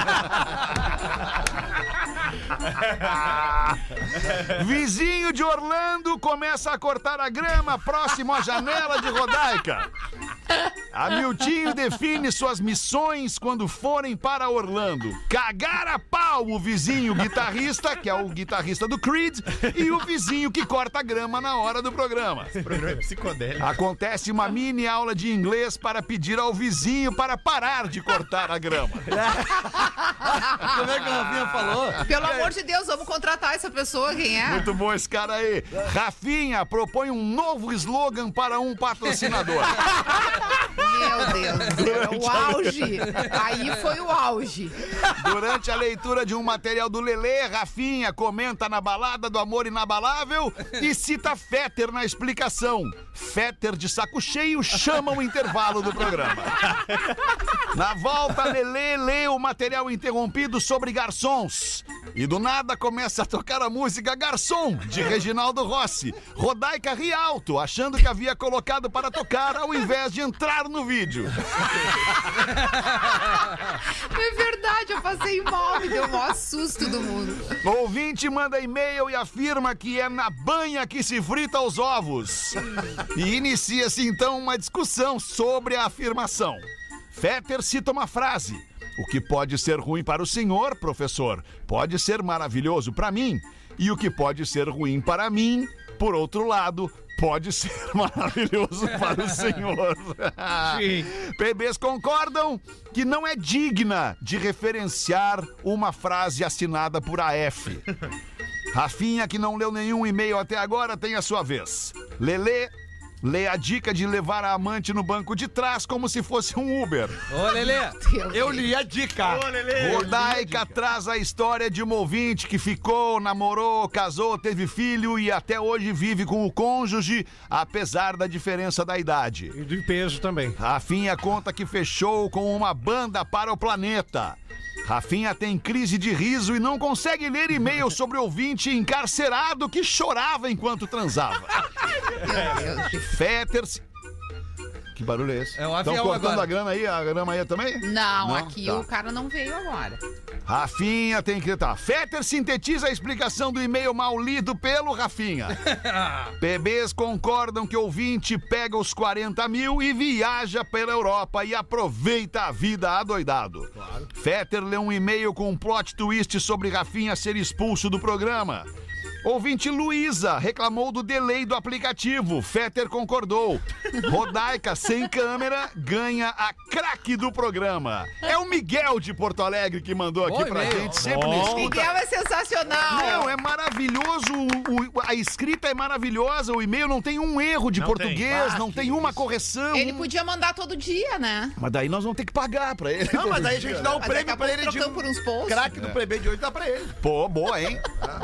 Vizinho de Orlando começa a cortar a grama próximo à janela de Rodaica. Hamiltinho define suas missões quando forem para Orlando. Cagar a pau o vizinho guitarrista, que é o guitarrista do Creed, e o vizinho que corta grama na hora do programa. Esse programa é psicodélico. Acontece uma mini aula de inglês para pedir ao vizinho para parar de cortar a grama. Como é que a Rafinha falou? Pelo amor de Deus, vamos contratar essa pessoa, quem é? Muito bom esse cara aí. Rafinha propõe um novo slogan para um patrocinador. Meu Deus do céu, o auge. Aí foi o auge. Durante a leitura de um material do Lelê, Rafinha comenta na balada do amor inabalável e cita Fetter na explicação. Fetter de saco cheio chama o intervalo do programa. Na volta, Lelê lê o material interrompido sobre garçons. E do nada começa a tocar a música Garçom, de Reginaldo Rossi. Rodaica ri alto, achando que havia colocado para tocar ao invés de entrar no vídeo. É verdade, eu passei mal, me deu o maior susto do mundo. O ouvinte manda e-mail e afirma que é na banha que se frita os ovos. E inicia-se então uma discussão sobre a afirmação. Fetter cita uma frase. O que pode ser ruim para o senhor, professor, pode ser maravilhoso para mim. E o que pode ser ruim para mim, por outro lado, pode ser maravilhoso para o senhor. Sim. PBs concordam que não é digna de referenciar uma frase assinada por AF. Rafinha, que não leu nenhum e-mail até agora, tem a sua vez. Lelê lê a dica de levar a amante no banco de trás como se fosse um Uber. Ô, Lelê. Eu li a dica. Rodaica traz a história de um ouvinte que ficou, namorou, casou, teve filho e até hoje vive com o cônjuge, apesar da diferença da idade. E do peso também. Rafinha conta que fechou com uma banda para o planeta. Rafinha tem crise de riso e não consegue ler e-mail sobre ouvinte encarcerado que chorava enquanto transava. Fetter... Que barulho é esse? É o Estão avião cortando agora. a grama aí também? Não, aqui Tá. o cara não veio agora. Rafinha tem que... Tá. Fetter sintetiza a explicação do e-mail mal lido pelo Rafinha. PBs concordam que o ouvinte pega os 40 mil e viaja pela Europa e aproveita a vida adoidado. Claro. Fetter lê um e-mail com um plot twist sobre Rafinha ser expulso do programa. Ouvinte Luísa reclamou do delay do aplicativo. Fetter concordou. Rodaica, sem câmera, ganha a craque do programa. É o Miguel de Porto Alegre que mandou aqui pra gente. Sempre na escuta. Miguel é sensacional. Não, é maravilhoso. A escrita é maravilhosa. O e-mail não tem um erro de Não português, tem. não tem uma correção. Ele podia mandar todo dia, né? Mas daí nós vamos ter que pagar pra ele. Não, mas daí a gente dá o Mas daqui prêmio a pra pouco ele de trocamos por uns posts. craque do PB de hoje, dá pra ele. Pô, boa, hein?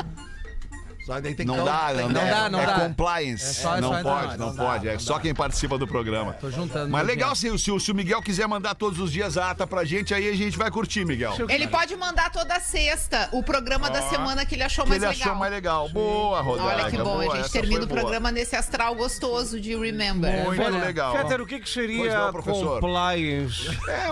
Só daí tem que Não dar dá, o- não é dá. compliance. É só não entrar pode, nós. não pode. É só quem participa do programa. Tô juntando. Mas meu legal dinheiro. se o Miguel quiser mandar todos os dias a ata pra gente, aí a gente vai curtir, Miguel. Ele pode mandar toda sexta o programa da semana que ele achou Que mais ele legal. achou mais legal. Boa, Rodaica. Olha que bom, boa, a gente essa termina foi o boa. programa nesse astral gostoso de Remember. Muito Fetter, legal. Fetter, o que Pois seria não, professor. compliance?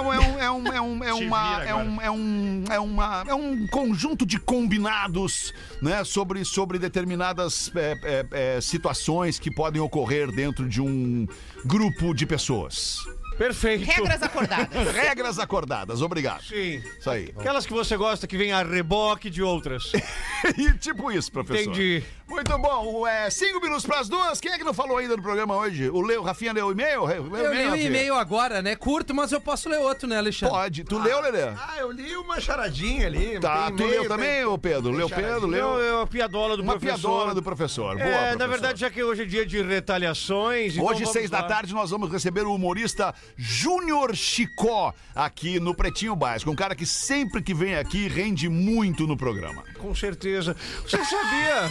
É um conjunto de combinados, né, sobre determinadas situações que podem ocorrer dentro de um grupo de pessoas. Perfeito. Regras acordadas. Regras acordadas, obrigado. Sim. Isso aí. Aquelas que você gosta que vem a reboque de outras. E tipo isso, professor. Entendi. Muito bom. 5 minutos pras 2. Quem é que não falou ainda no programa hoje? O Rafinha leu o e-mail? Eu li um Rafinha? e-mail agora, né? Curto, mas eu posso ler outro, né, Alexandre? Pode. Tu leu, Lelê? Ah, eu li uma charadinha ali. Tá, tem tu e-mail, leu também, ô Pedro? Leu Pedro? Não, Leu? é uma piadola do Uma professor. piadola do professor. Boa, É, professor. na verdade, já que hoje é dia de retaliações... então Hoje, vamos 6 da lá. tarde, nós vamos receber o humorista Júnior Chicó aqui no Pretinho Básico. Um cara que sempre que vem aqui rende muito no programa. Com certeza. Você sabia...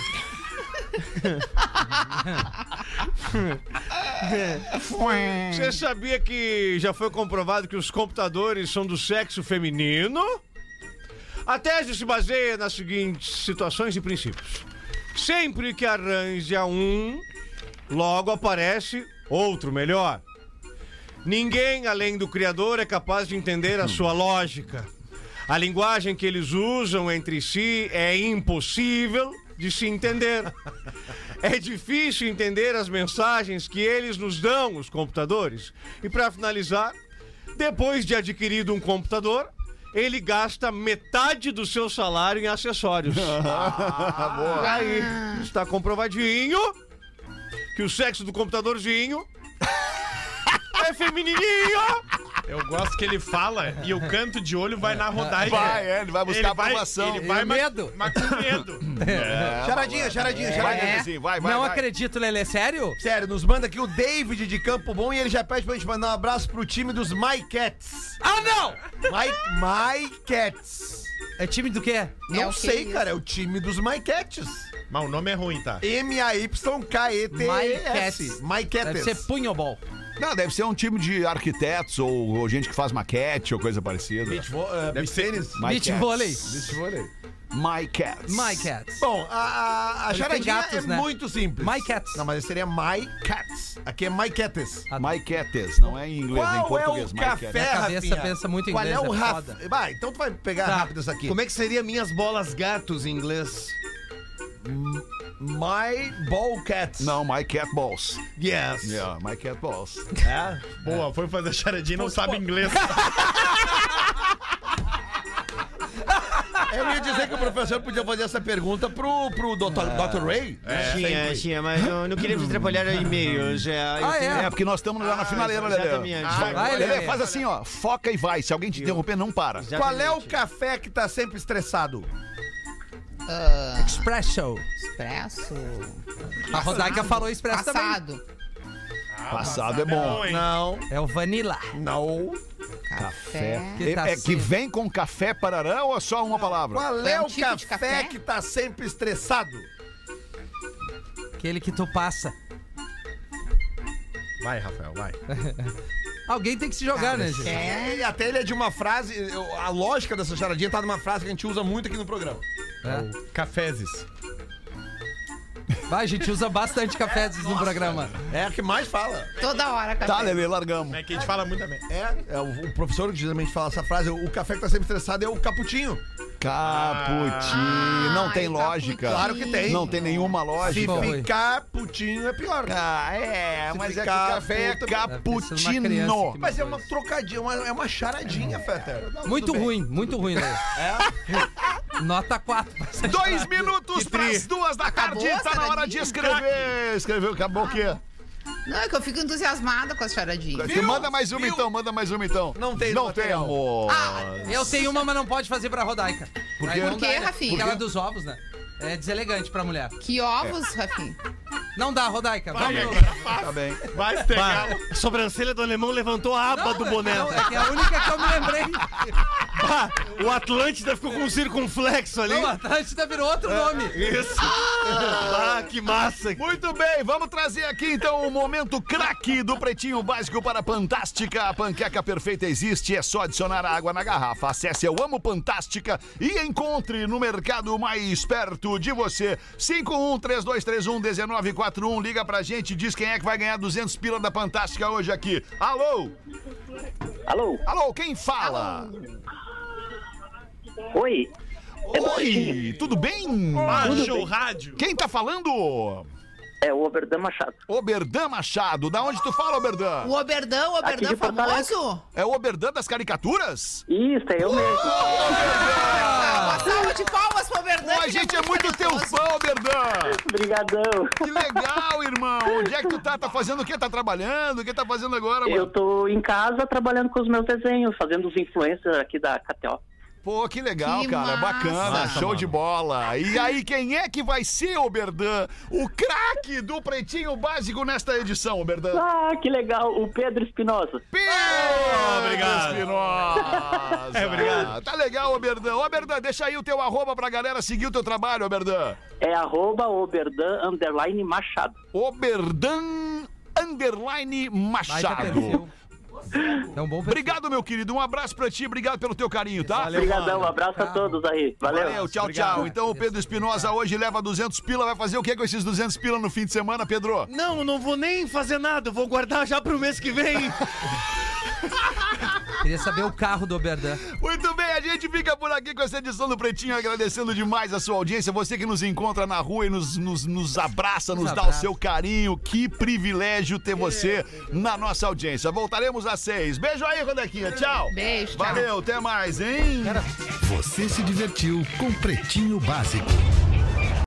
Você sabia que já foi comprovado que os computadores são do sexo feminino? A tese se baseia nas seguintes situações e princípios. Sempre que arranja um, logo aparece outro melhor. Ninguém, além do criador, é capaz de entender a sua lógica. A linguagem que eles usam entre si é impossível de se entender. É difícil entender as mensagens que eles nos dão, os computadores. E para finalizar, depois de adquirido um computador, ele gasta metade do seu salário em acessórios. Boa. Aí, está comprovadinho que o sexo do computadorzinho é feminininho. Eu gosto que ele fala e o canto de olho vai na rodagem. Ele vai buscar aprovação. Ele vai medo. Mas com medo. Charadinha. Vai, Nenezinho, vai. Não acredito, Lelê. Sério? Sério, nos manda aqui o David de Campo Bom e ele já pede pra gente mandar um abraço pro time dos My Cats. Ah, não! My Cats. É time do quê? Não o que sei, isso? cara, é o time dos My Cats. Mas o nome é ruim, tá? M-A-Y-K-E-T-S. My Deve ser Cats. punhobol. Não, deve ser um time de arquitetos ou gente que faz maquete ou coisa parecida. Deve ser tênis. Beach vôlei. Beach vôley. My Cats. My Cats. Bom, a Eles têm charadinha gatos, é né? muito simples. My Cats. Não, mas seria My Cats. Aqui é My Cats. My Cats, não é em inglês, é em Qual é português. o My café, Cats. Minha cabeça Rafinha? pensa muito em Qual inglês, é o é Rafa? foda. Vai, então tu vai pegar Tá. rápido isso aqui. Como é que seria minhas bolas gatos em inglês? My Ball Cats. Não, My Cat Balls. Yes. Yeah, My Cat Balls. É? Boa, foi fazer charadinha e não sabe inglês. Eu ia dizer que o professor podia fazer essa pergunta pro Dr. Ray. Tinha, mas eu não queria me atrapalhar em e-mails. É, porque nós estamos já na finaleira, Lelê. exatamente. Vai, Lelê, Lelê. faz assim, ó. Foca e vai. Se alguém te interromper, não para. Qual é o café que tá sempre estressado? Expresso. Expresso. A Rodaica falou expresso também. Passado. Passado é bom. hein? Não. É o vanilla. Não. Café. Que tá É que assim. vem com café parará ou é só uma palavra? Qual É é um o tipo de café café? que tá sempre estressado? Aquele que tu passa. Vai, Rafael, vai. Alguém tem que se jogar, né, gente? E até ele é de uma frase. A lógica dessa charadinha tá numa frase que a gente usa muito aqui no programa. Cafézes. Vai, a gente usa bastante cafés no programa. É a que mais fala. Toda hora, café. Tá, Lelê, largamos. É que a gente fala muito também. O professor que geralmente fala essa frase, o café que tá sempre estressado é o caputinho. Caputinho. Não tem lógica. Claro que tem. Não tem nenhuma Se lógica. ficar putinho é pior. Mas é que o ficar café é puta- Deve ser uma criança cappuccino. que Mas é uma trocadinha, é uma charadinha, Fetter. Não, Muito tudo bem. ruim, né? Nota 4. pra essa 2 charada. minutos pras 2 da tarde. Acabou a Tá na hora de charadinha? escrever. Escreveu, acabou o quê? Não, é que eu fico entusiasmada com as charadinhas. Manda mais uma então, manda mais uma então. Não tem Não material. tem, amor. Eu tenho uma, mas não pode fazer pra Rodaica. Por Aí quê? não Por quê, dá, né? Rafinha? Aquela dos ovos, né? É deselegante pra mulher. Que ovos, Rafinha? Não dá, Rodaica. Vamos. Tá bem. Vai pegar. A sobrancelha do alemão levantou a aba do boné. Não, é que é a única que eu me lembrei. O Atlântida ficou com um circunflexo ali. Não, a Atlântida virou outro nome. Isso. Que massa. Muito bem, vamos trazer aqui então o momento craque do Pretinho Básico para a Fantástica. A panqueca perfeita existe, é só adicionar água na garrafa. Acesse Eu Amo Fantástica e encontre no mercado mais perto de você. 5132311941, liga pra gente, diz quem é que vai ganhar 200 pila da Fantástica hoje aqui. Alô? Alô? Alô, quem fala? Oi? Oi, tudo bem? Baixa o rádio. Quem tá falando? É o Oberdan Machado. Oberdan Machado. Da onde tu fala, Oberdan? O Oberdan Aqui de Porto famoso? É o Oberdan das caricaturas? Isso, é eu mesmo. Uma salva de palmas pro Oberdan. Pô, a que gente ele é muito teu talentoso. fã, Oberdan. Obrigadão. Que legal, irmão. Onde é que tu tá? Tá fazendo o quê? Tá trabalhando? O que tá fazendo agora, Eu mano? tô em casa trabalhando com os meus desenhos, fazendo os influencers aqui da KTO. Pô, que legal, Que cara. massa. Bacana. Massa, Show mano. de bola. E aí, quem é que vai ser, Oberdan? O craque do Pretinho Básico nesta edição, Oberdan. Ah, que legal. O Pedro Espinosa. Obrigado. Espinosa. Obrigado. Tá legal, Oberdan. Oberdan, deixa aí o teu arroba pra galera seguir o teu trabalho, Oberdan. É @Oberdan_Machado. Oberdan _ Baita Machado. perfil. É um bom perfil. Obrigado, meu querido. Um abraço pra ti. Obrigado pelo teu carinho, tá? Obrigadão, um abraço a todos aí. Valeu. Valeu, tchau, tchau. Então o Pedro Espinosa hoje leva 200 pila. Vai fazer o que com esses 200 pila no fim de semana, Pedro? Não vou nem fazer nada. Eu vou guardar já pro mês que vem. Queria saber o carro do Oberdan. Muito bem, a gente fica por aqui com essa edição do Pretinho, agradecendo demais a sua audiência. Você que nos encontra na rua e nos abraça, nos dá o seu carinho. Que privilégio ter você na nossa audiência. Voltaremos às 6. Beijo aí, Rodequinha. Tchau. Beijo, tchau. Valeu, até mais, hein? Você se divertiu com Pretinho Básico.